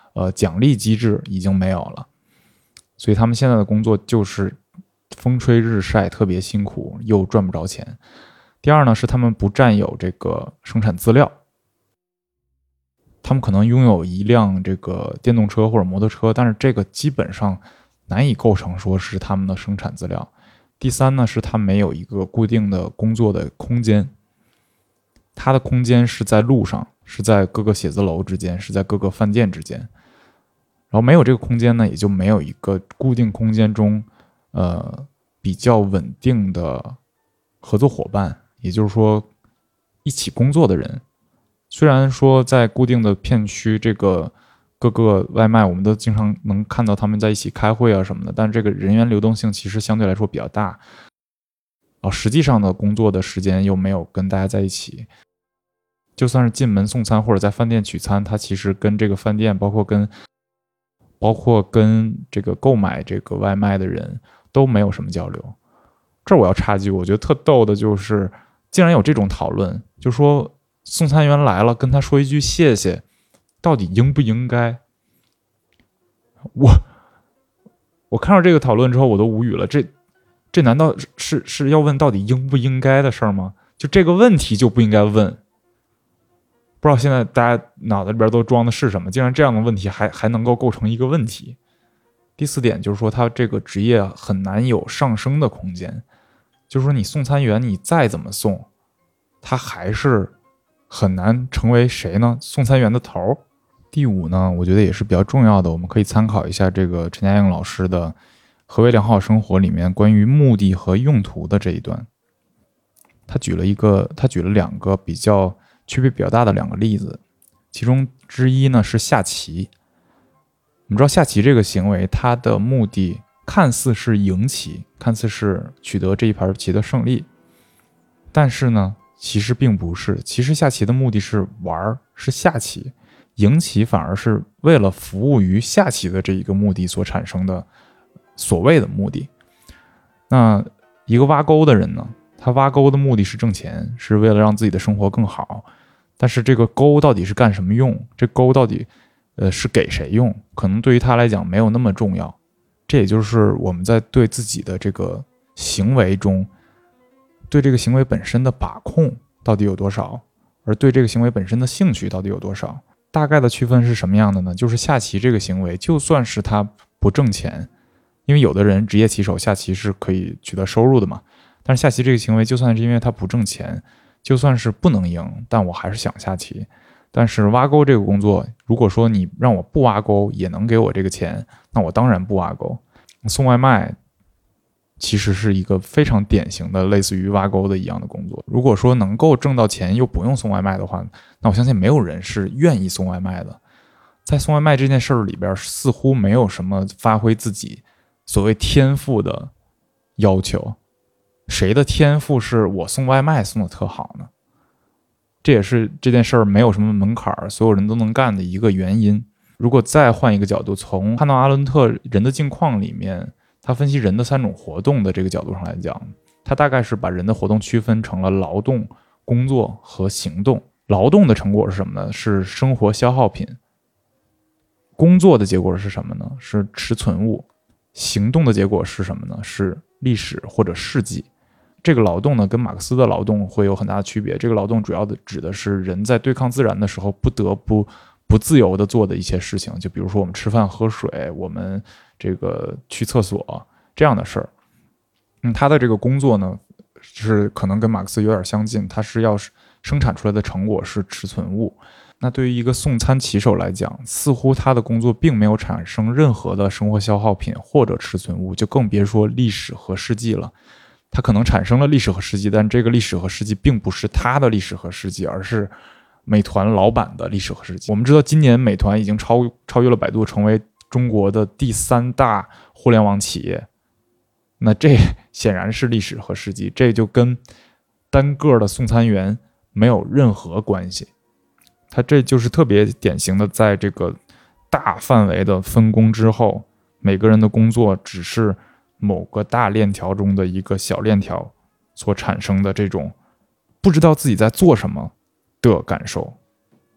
呃奖励机制已经没有了，所以他们现在的工作就是风吹日晒，特别辛苦，又赚不着钱。第二呢，是他们不占有这个生产资料，他们可能拥有一辆这个电动车或者摩托车，但是这个基本上难以构成说是他们的生产资料。第三呢，是他没有一个固定的工作的空间，他的空间是在路上，是在各个写字楼之间，是在各个饭店之间。然后没有这个空间呢，也就没有一个固定空间中呃比较稳定的合作伙伴，也就是说一起工作的人。虽然说在固定的片区，这个各个外卖我们都经常能看到他们在一起开会啊什么的，但这个人员流动性其实相对来说比较大，哦，实际上的工作的时间又没有跟大家在一起。就算是进门送餐或者在饭店取餐，他其实跟这个饭店包括跟包括跟这个购买这个外卖的人都没有什么交流。这儿我要插句，我觉得特逗的就是竟然有这种讨论，就说送餐员来了跟他说一句谢谢到底应不应该。我我看到这个讨论之后我都无语了，这这难道是是要问到底应不应该的事儿吗？就这个问题就不应该问。不知道现在大家脑袋里边都装的是什么，竟然这样的问题还还能够构成一个问题。第四点就是说，他这个职业很难有上升的空间，就是说你送餐员你再怎么送，他还是很难成为谁呢？送餐员的头。第五呢，我觉得也是比较重要的，我们可以参考一下这个陈嘉映老师的《何为良好生活》里面关于目的和用途的这一段。他举了一个，他举了两个比较区别比较大的两个例子，其中之一呢是下棋。我们知道下棋这个行为，它的目的看似是赢棋，看似是取得这一盘棋的胜利，但是呢，其实并不是。其实下棋的目的是玩，是下棋，赢棋反而是为了服务于下棋的这一个目的所产生的所谓的目的。那一个挖沟的人呢，他挖沟的目的是挣钱，是为了让自己的生活更好。但是这个沟到底是干什么用？这沟到底呃是给谁用？可能对于他来讲没有那么重要。这也就是我们在对自己的这个行为中，对这个行为本身的把控到底有多少，而对这个行为本身的兴趣到底有多少。大概的区分是什么样的呢？就是下棋这个行为，就算是他不挣钱，因为有的人职业棋手下棋是可以取得收入的嘛。但是下棋这个行为，就算是因为他不挣钱，就算是不能赢，但我还是想下棋。但是挖沟这个工作，如果说你让我不挖沟也能给我这个钱，那我当然不挖沟。送外卖其实是一个非常典型的类似于挖沟的一样的工作。如果说能够挣到钱又不用送外卖的话，那我相信没有人是愿意送外卖的。在送外卖这件事儿里边，似乎没有什么发挥自己所谓天赋的要求。谁的天赋是我送外卖送的特好呢？这也是这件事儿没有什么门槛，所有人都能干的一个原因。如果再换一个角度，从汉诺阿伦特《人的境况》里面，他分析人的三种活动的这个角度上来讲，他大概是把人的活动区分成了劳动、工作和行动。劳动的成果是什么呢？是生活消耗品。工作的结果是什么呢？是持存物。行动的结果是什么呢？是历史或者事迹。这个劳动呢，跟马克思的劳动会有很大的区别。这个劳动主要的指的是人在对抗自然的时候不得不不自由的做的一些事情，就比如说我们吃饭喝水，我们这个去厕所这样的事儿。嗯，他的这个工作呢，是可能跟马克思有点相近，他是要生产出来的成果是持存物。那对于一个送餐骑手来讲，似乎他的工作并没有产生任何的生活消耗品或者持存物，就更别说历史和事迹了。他可能产生了历史和事迹，但这个历史和事迹并不是他的历史和事迹，而是美团老板的历史和事迹。我们知道今年美团已经超超越了百度，成为中国的第三大互联网企业，那这显然是历史和事迹，这就跟单个的送餐员没有任何关系。他这就是特别典型的，在这个大范围的分工之后，每个人的工作只是某个大链条中的一个小链条所产生的这种不知道自己在做什么的感受。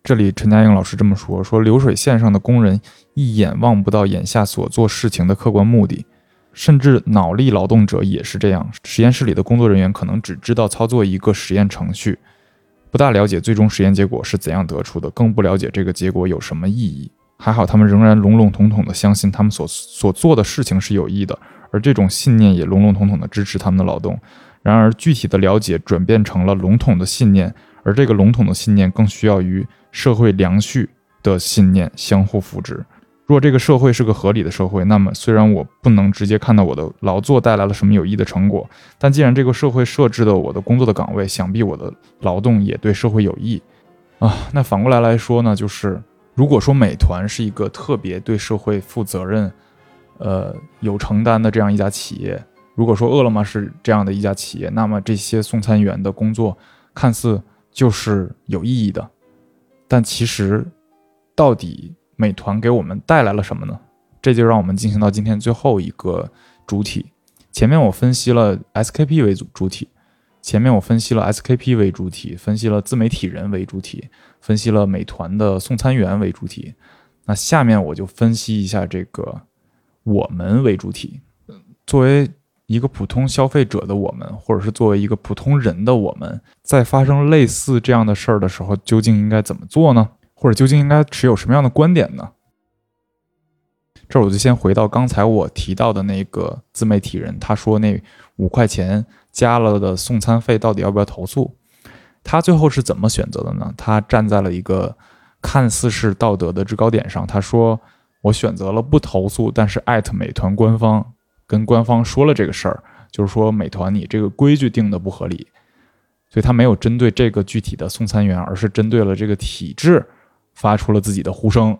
这里陈嘉映老师这么说，说流水线上的工人一眼望不到眼下所做事情的客观目的，甚至脑力劳动者也是这样。实验室里的工作人员可能只知道操作一个实验程序，不大了解最终实验结果是怎样得出的，更不了解这个结果有什么意义。还好他们仍然笼笼统统地相信他们所所做的事情是有益的，而这种信念也笼笼统统地支持他们的劳动。然而具体的了解转变成了笼统的信念，而这个笼统的信念更需要与社会良序的信念相互扶持。若这个社会是个合理的社会，那么虽然我不能直接看到我的劳作带来了什么有益的成果，但既然这个社会设置了我的工作的岗位，想必我的劳动也对社会有益啊。那反过来来说呢，就是如果说美团是一个特别对社会负责任呃有承担的这样一家企业，如果说饿了么是这样的一家企业，那么这些送餐员的工作看似就是有意义的，但其实到底美团给我们带来了什么呢？这就让我们进行到今天最后一个主体。前面我分析了 S K P 为主体，前面我分析了 S K P 为主体，分析了自媒体人为主体，分析了美团的送餐员为主体。那下面我就分析一下这个我们为主体。作为一个普通消费者的我们，或者是作为一个普通人的我们，在发生类似这样的事儿的时候，究竟应该怎么做呢？或者究竟应该持有什么样的观点呢？这儿我就先回到刚才我提到的那个自媒体人，他说那五块钱加了的送餐费到底要不要投诉？他最后是怎么选择的呢？他站在了一个看似是道德的制高点上，他说我选择了不投诉，但是艾特美团官方，跟官方说了这个事儿，就是说美团你这个规矩定的不合理，所以他没有针对这个具体的送餐员，而是针对了这个体制发出了自己的呼声。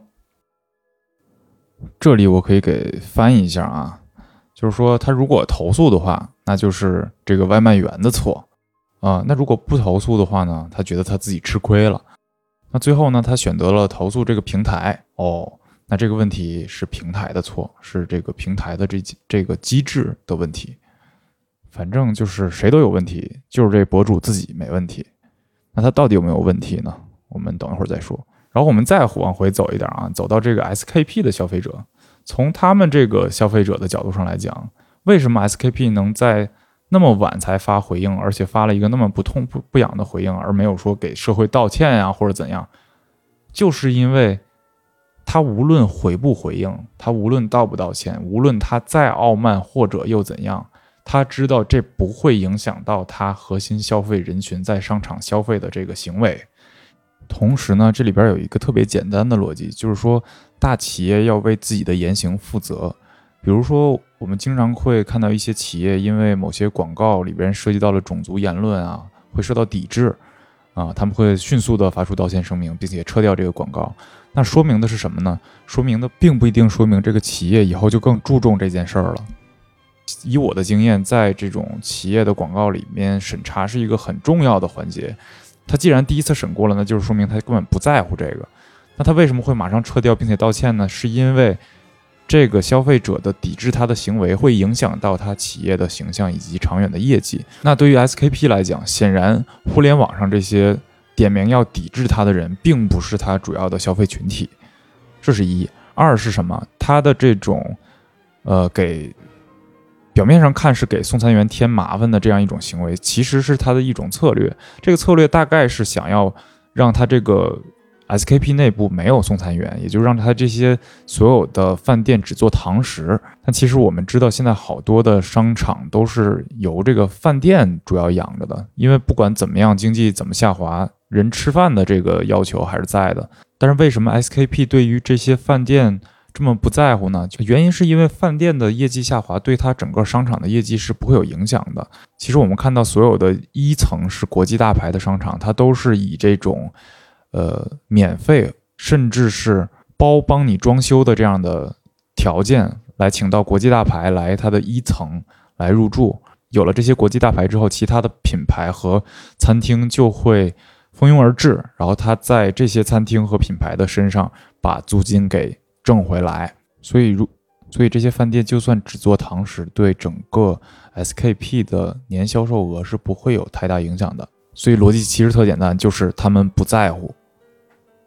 这里我可以给翻译一下啊，就是说他如果投诉的话，那就是这个外卖员的错啊。那如果不投诉的话呢，他觉得他自己吃亏了。那最后呢，他选择了投诉这个平台。哦，那这个问题是平台的错，是这个平台的这这个机制的问题。反正就是谁都有问题，就是这博主自己没问题。那他到底有没有问题呢？我们等一会儿再说。然后我们再往回走一点啊，走到这个 S K P 的消费者，从他们这个消费者的角度上来讲，为什么 S K P 能在那么晚才发回应，而且发了一个那么不痛不不痒的回应，而没有说给社会道歉呀、啊、或者怎样？就是因为他无论回不回应，他无论道不道歉，无论他再傲慢或者又怎样，他知道这不会影响到他核心消费人群在商场消费的这个行为。同时呢，这里边有一个特别简单的逻辑，就是说大企业要为自己的言行负责。比如说我们经常会看到一些企业因为某些广告里边涉及到了种族言论啊，会受到抵制啊，他们会迅速的发出道歉声明，并且撤掉这个广告。那说明的是什么呢？说明的并不一定说明这个企业以后就更注重这件事儿了。以我的经验，在这种企业的广告里面，审查是一个很重要的环节。他既然第一次审过了，那就是说明他根本不在乎这个。那他为什么会马上撤掉并且道歉呢？是因为这个消费者的抵制他的行为会影响到他企业的形象以及长远的业绩。那对于 S K P 来讲，显然互联网上这些点名要抵制他的人并不是他主要的消费群体，这是一。二是什么？他的这种呃给表面上看是给送餐员添麻烦的这样一种行为，其实是他的一种策略。这个策略大概是想要让他这个 S K P 内部没有送餐员，也就是让他这些所有的饭店只做堂食。但其实我们知道，现在好多的商场都是由这个饭店主要养着的，因为不管怎么样，经济怎么下滑，人吃饭的这个要求还是在的。但是为什么 S K P 对于这些饭店这么不在乎呢？原因是因为饭店的业绩下滑对它整个商场的业绩是不会有影响的。其实我们看到所有的一层是国际大牌的商场，它都是以这种呃免费甚至是包帮你装修的这样的条件来请到国际大牌来它的一层来入住。有了这些国际大牌之后，其他的品牌和餐厅就会蜂拥而至，然后它在这些餐厅和品牌的身上把租金给挣回来。所以如所以这些饭店就算只做堂食，对整个 S K P 的年销售额是不会有太大影响的。所以逻辑其实特简单，就是他们不在乎。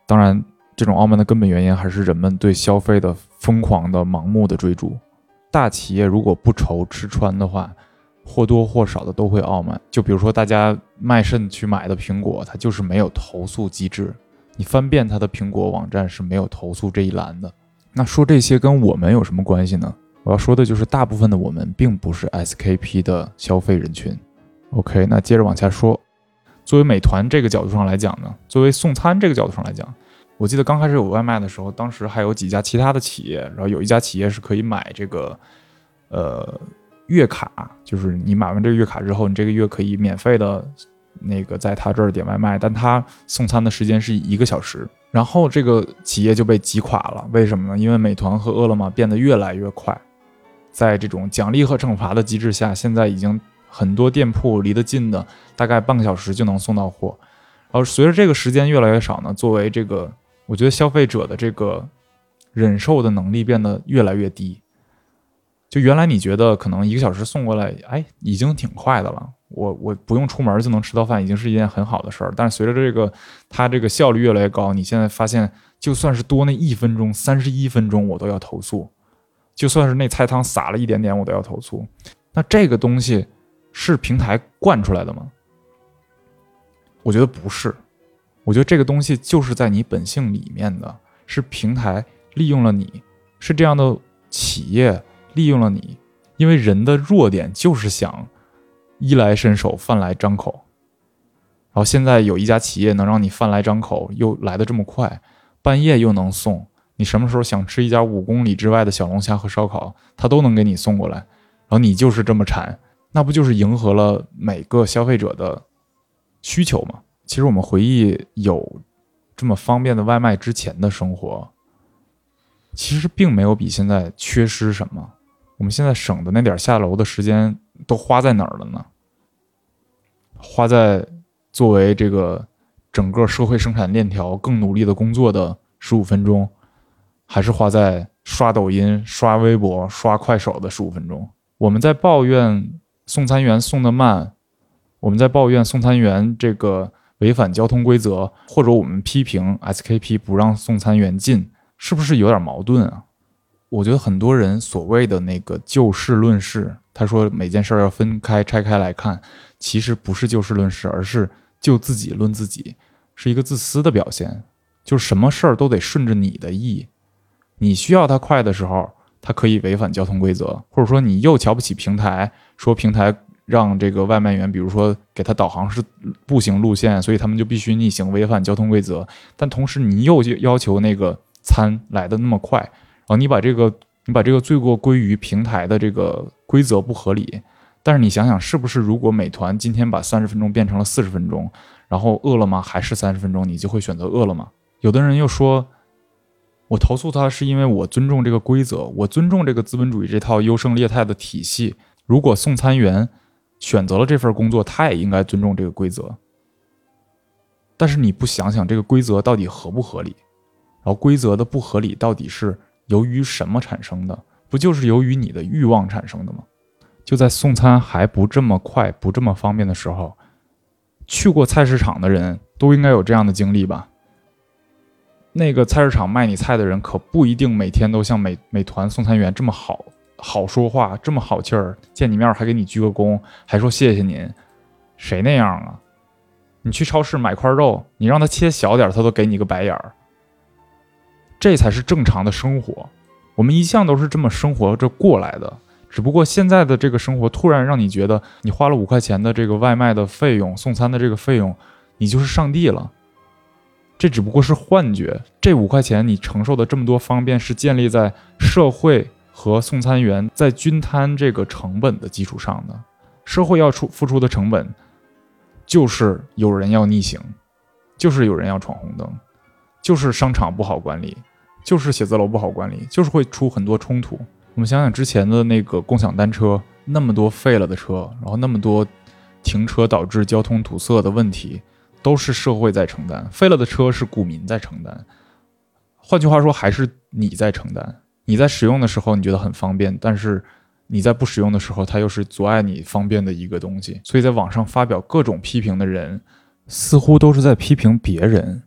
当然，这种傲慢的根本原因还是人们对消费的疯狂的盲目的追逐。大企业如果不愁吃穿的话，或多或少的都会傲慢。就比如说大家卖肾去买的苹果，它就是没有投诉机制，你翻遍它的苹果网站是没有投诉这一栏的。那说这些跟我们有什么关系呢？我要说的就是大部分的我们并不是 S K P 的消费人群。 OK， 那接着往下说。作为美团这个角度上来讲呢，作为送餐这个角度上来讲，我记得刚开始有外卖的时候，当时还有几家其他的企业，然后有一家企业是可以买这个呃月卡，就是你买完这个月卡之后，你这个月可以免费的那个在他这儿点外卖，但他送餐的时间是一个小时。然后这个企业就被击垮了，为什么呢？因为美团和饿了么变得越来越快，在这种奖励和惩罚的机制下，现在已经很多店铺离得近的大概半个小时就能送到货。然后随着这个时间越来越少呢，作为这个我觉得消费者的这个忍受的能力变得越来越低。就原来你觉得可能一个小时送过来，哎，已经挺快的了，我我不用出门就能吃到饭，已经是一件很好的事儿。但是随着这个它这个效率越来越高，你现在发现就算是多那一分钟、三十一分钟我都要投诉，就算是那菜汤洒了一点点我都要投诉。那这个东西是平台惯出来的吗？我觉得不是，我觉得这个东西就是在你本性里面的，是平台利用了你，是这样的企业利用了你，因为人的弱点就是想衣来伸手饭来张口，然后现在有一家企业能让你饭来张口又来得这么快，半夜又能送，你什么时候想吃一家五公里之外的小龙虾和烧烤，它都能给你送过来，然后你就是这么馋，那不就是迎合了每个消费者的需求吗？其实我们回忆有这么方便的外卖之前的生活，其实并没有比现在缺失什么。我们现在省的那点下楼的时间都花在哪儿了呢？花在作为这个整个社会生产链条更努力的工作的十五分钟，还是花在刷抖音、刷微博、刷快手的十五分钟？我们在抱怨送餐员送得慢，我们在抱怨送餐员这个违反交通规则，或者我们批评 S K P 不让送餐员进，是不是有点矛盾啊？我觉得很多人所谓的那个就事论事，他说每件事要分开拆开来看，其实不是就事论事，而是就自己论自己，是一个自私的表现。就是什么事儿都得顺着你的意，你需要它快的时候，它可以违反交通规则，或者说你又瞧不起平台，说平台让这个外卖员比如说给他导航是步行路线，所以他们就必须逆行，违反交通规则，但同时你又要求那个餐来的那么快，然后你把这个你把这个罪过归于平台的这个规则不合理。但是你想想，是不是如果美团今天把三十分钟变成了四十分钟，然后饿了么还是三十分钟，你就会选择饿了么？有的人又说，我投诉他是因为我尊重这个规则，我尊重这个资本主义这套优胜劣汰的体系。如果送餐员选择了这份工作，他也应该尊重这个规则。但是你不想想这个规则到底合不合理，然后规则的不合理到底是由于什么产生的？不就是由于你的欲望产生的吗？就在送餐还不这么快不这么方便的时候，去过菜市场的人都应该有这样的经历吧。那个菜市场卖你菜的人可不一定每天都像美美团送餐员这么好好说话，这么好气儿，见你面还给你鞠个躬，还说谢谢您。谁那样啊？你去超市买块肉，你让他切小点，他都给你个白眼儿。这才是正常的生活，我们一向都是这么生活着过来的。只不过现在的这个生活突然让你觉得，你花了五块钱的这个外卖的费用，送餐的这个费用，你就是上帝了。这只不过是幻觉，这五块钱你承受的这么多方便是建立在社会和送餐员在均摊这个成本的基础上的。社会要出付出的成本就是有人要逆行，就是有人要闯红灯，就是商场不好管理，就是写字楼不好管理，就是会出很多冲突。我们想想之前的那个共享单车，那么多废了的车，然后那么多停车导致交通堵塞的问题，都是社会在承担，废了的车是股民在承担。换句话说，还是你在承担。你在使用的时候你觉得很方便，但是你在不使用的时候，它又是阻碍你方便的一个东西。所以在网上发表各种批评的人，似乎都是在批评别人，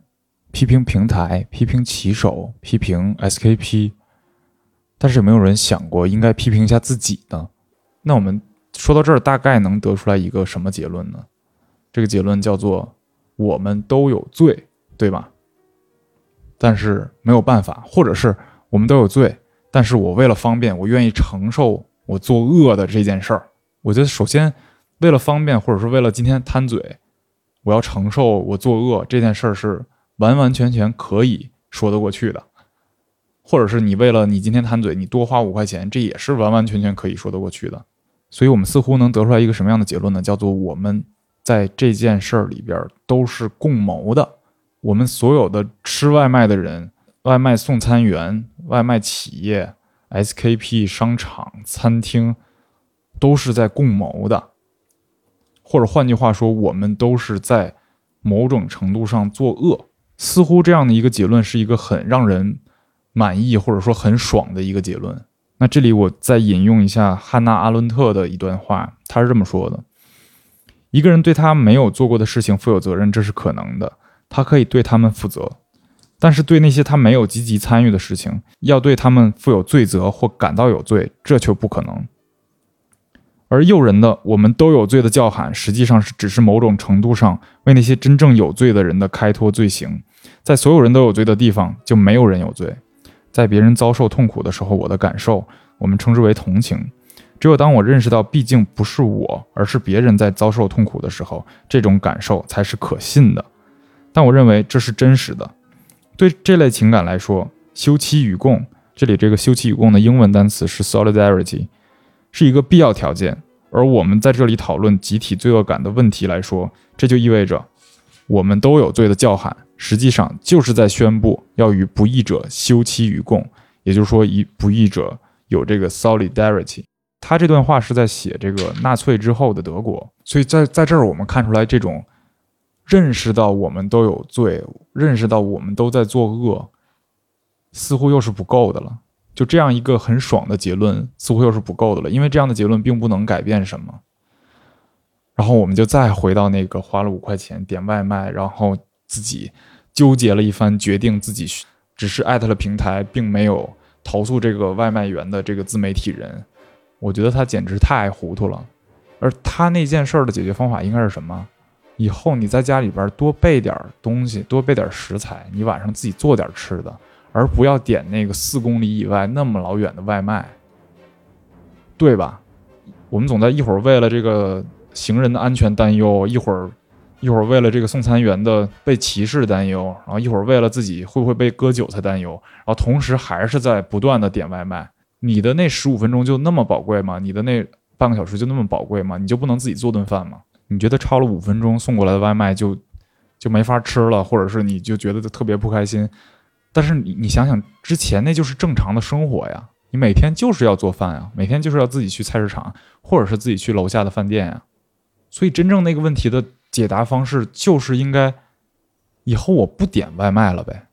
批评平台，批评骑手，批评 S K P， 但是有没有人想过应该批评一下自己呢？那我们说到这儿，大概能得出来一个什么结论呢？这个结论叫做我们都有罪，对吧？但是没有办法，或者是我们都有罪，但是我为了方便，我愿意承受我作恶的这件事儿。我觉得首先为了方便，或者是为了今天贪嘴，我要承受我作恶这件事儿是完完全全可以说得过去的。或者是你为了你今天贪嘴，你多花五块钱，这也是完完全全可以说得过去的。所以我们似乎能得出来一个什么样的结论呢？叫做我们在这件事儿里边都是共谋的。我们所有的吃外卖的人，外卖送餐员，外卖企业， S K P 商场，餐厅，都是在共谋的。或者换句话说，我们都是在某种程度上作恶。似乎这样的一个结论是一个很让人满意或者说很爽的一个结论。那这里我再引用一下汉娜·阿伦特的一段话，他是这么说的：一个人对他没有做过的事情负有责任，这是可能的，他可以对他们负责。但是对那些他没有积极参与的事情，要对他们负有罪责或感到有罪，这却不可能。而诱人的我们都有罪的叫喊，实际上是只是某种程度上为那些真正有罪的人的开脱罪行。在所有人都有罪的地方，就没有人有罪。在别人遭受痛苦的时候，我的感受我们称之为同情。只有当我认识到毕竟不是我，而是别人在遭受痛苦的时候，这种感受才是可信的。但我认为这是真实的。对这类情感来说，休戚与共，这里这个休戚与共的英文单词是 solidarity， 是一个必要条件。而我们在这里讨论集体罪恶感的问题来说，这就意味着我们都有罪的叫喊实际上就是在宣布要与不义者休戚与共，也就是说与不义者有这个 solidarity。 他这段话是在写这个纳粹之后的德国，所以在在这儿我们看出来这种认识到我们都有罪，认识到我们都在作恶，似乎又是不够的了。就这样一个很爽的结论似乎又是不够的了，因为这样的结论并不能改变什么。然后我们就再回到那个花了五块钱点外卖，然后自己纠结了一番，决定自己只是艾特了平台，并没有投诉这个外卖员的这个自媒体人。我觉得他简直太糊涂了。而他那件事的解决方法应该是什么？以后你在家里边多备点东西，多备点食材，你晚上自己做点吃的，而不要点那个四公里以外那么老远的外卖，对吧？我们总在一会儿为了这个行人的安全担忧，一会儿一会儿为了这个送餐员的被歧视担忧，然后一会儿为了自己会不会被割韭菜担忧，然后同时还是在不断的点外卖。你的那十五分钟就那么宝贵吗？你的那半个小时就那么宝贵吗？你就不能自己做顿饭吗？你觉得超了五分钟送过来的外卖就就没法吃了，或者是你就觉得特别不开心？但是你你想想，之前那就是正常的生活呀，你每天就是要做饭呀，每天就是要自己去菜市场，或者是自己去楼下的饭店呀。所以真正那个问题的解答方式就是应该以后我不点外卖了呗。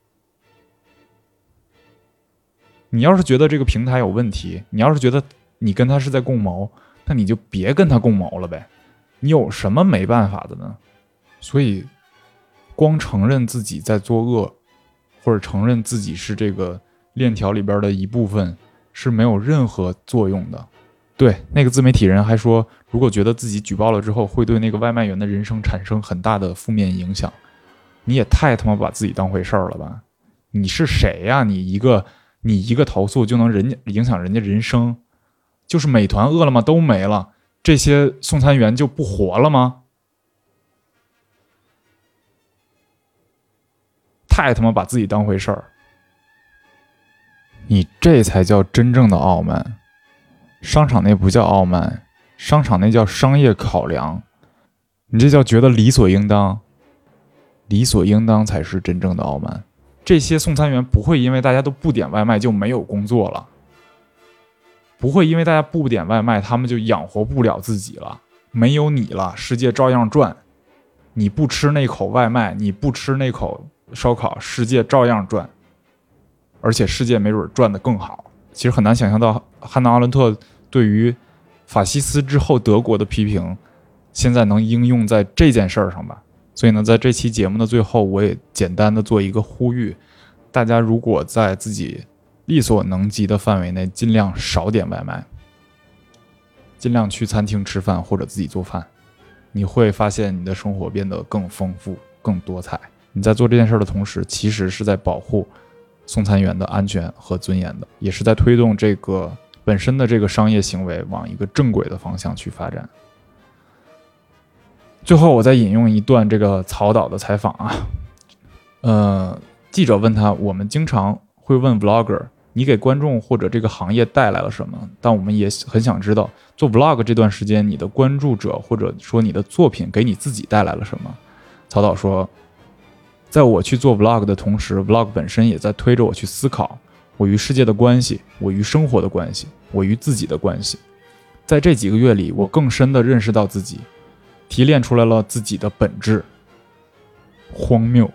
你要是觉得这个平台有问题，你要是觉得你跟他是在共谋，那你就别跟他共谋了呗。你有什么没办法的呢？所以光承认自己在作恶，或者承认自己是这个链条里边的一部分，是没有任何作用的。对，那个自媒体人还说，如果觉得自己举报了之后会对那个外卖员的人生产生很大的负面影响，你也太他妈把自己当回事儿了吧？你是谁呀？你一个你一个投诉就能人家影响人家人生？就是美团饿了么都没了，这些送餐员就不活了吗？太他妈把自己当回事儿，你这才叫真正的傲慢。商场那不叫傲慢，商场那叫商业考量，你这叫觉得理所应当，理所应当才是真正的傲慢。这些送餐员不会因为大家都不点外卖就没有工作了，不会因为大家不点外卖他们就养活不了自己了，没有你了，世界照样转。你不吃那口外卖，你不吃那口烧烤，世界照样转，而且世界没准转得更好。其实很难想象到汉娜·阿伦特对于法西斯之后德国的批评现在能应用在这件事儿上吧。 所以呢，在这期节目的最后，我也简单的做一个呼吁，大家如果在自己力所能及的范围内，尽量少点外卖，尽量去餐厅吃饭或者自己做饭，你会发现你的生活变得更丰富、更多彩。你在做这件事的同时，其实是在保护送餐员的安全和尊严的，也是在推动这个本身的这个商业行为往一个正轨的方向去发展。最后我再引用一段这个曹导的采访啊，呃，记者问他，我们经常会问 vlogger， 你给观众或者这个行业带来了什么？但我们也很想知道，做 vlog 这段时间，你的关注者或者说你的作品给你自己带来了什么？曹导说，在我去做 vlog 的同时 ，vlog 本身也在推着我去思考我与世界的关系，我与生活的关系，我与自己的关系。在这几个月里，我更深地认识到自己，提炼出来了自己的本质。荒谬。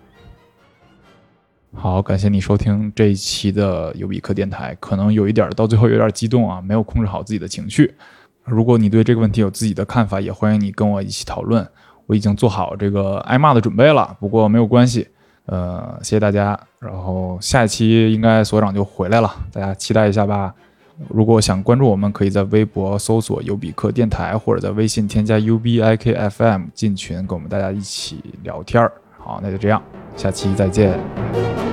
好，感谢你收听这一期的优比克电台，可能有一点到最后有点激动啊，没有控制好自己的情绪。如果你对这个问题有自己的看法，也欢迎你跟我一起讨论。我已经做好这个挨骂的准备了，不过没有关系。呃，谢谢大家。然后下一期应该所长就回来了，大家期待一下吧。如果想关注我们，可以在微博搜索优比克电台，或者在微信添加 U B I K F M 进群，跟我们大家一起聊天。好，那就这样，下期再见。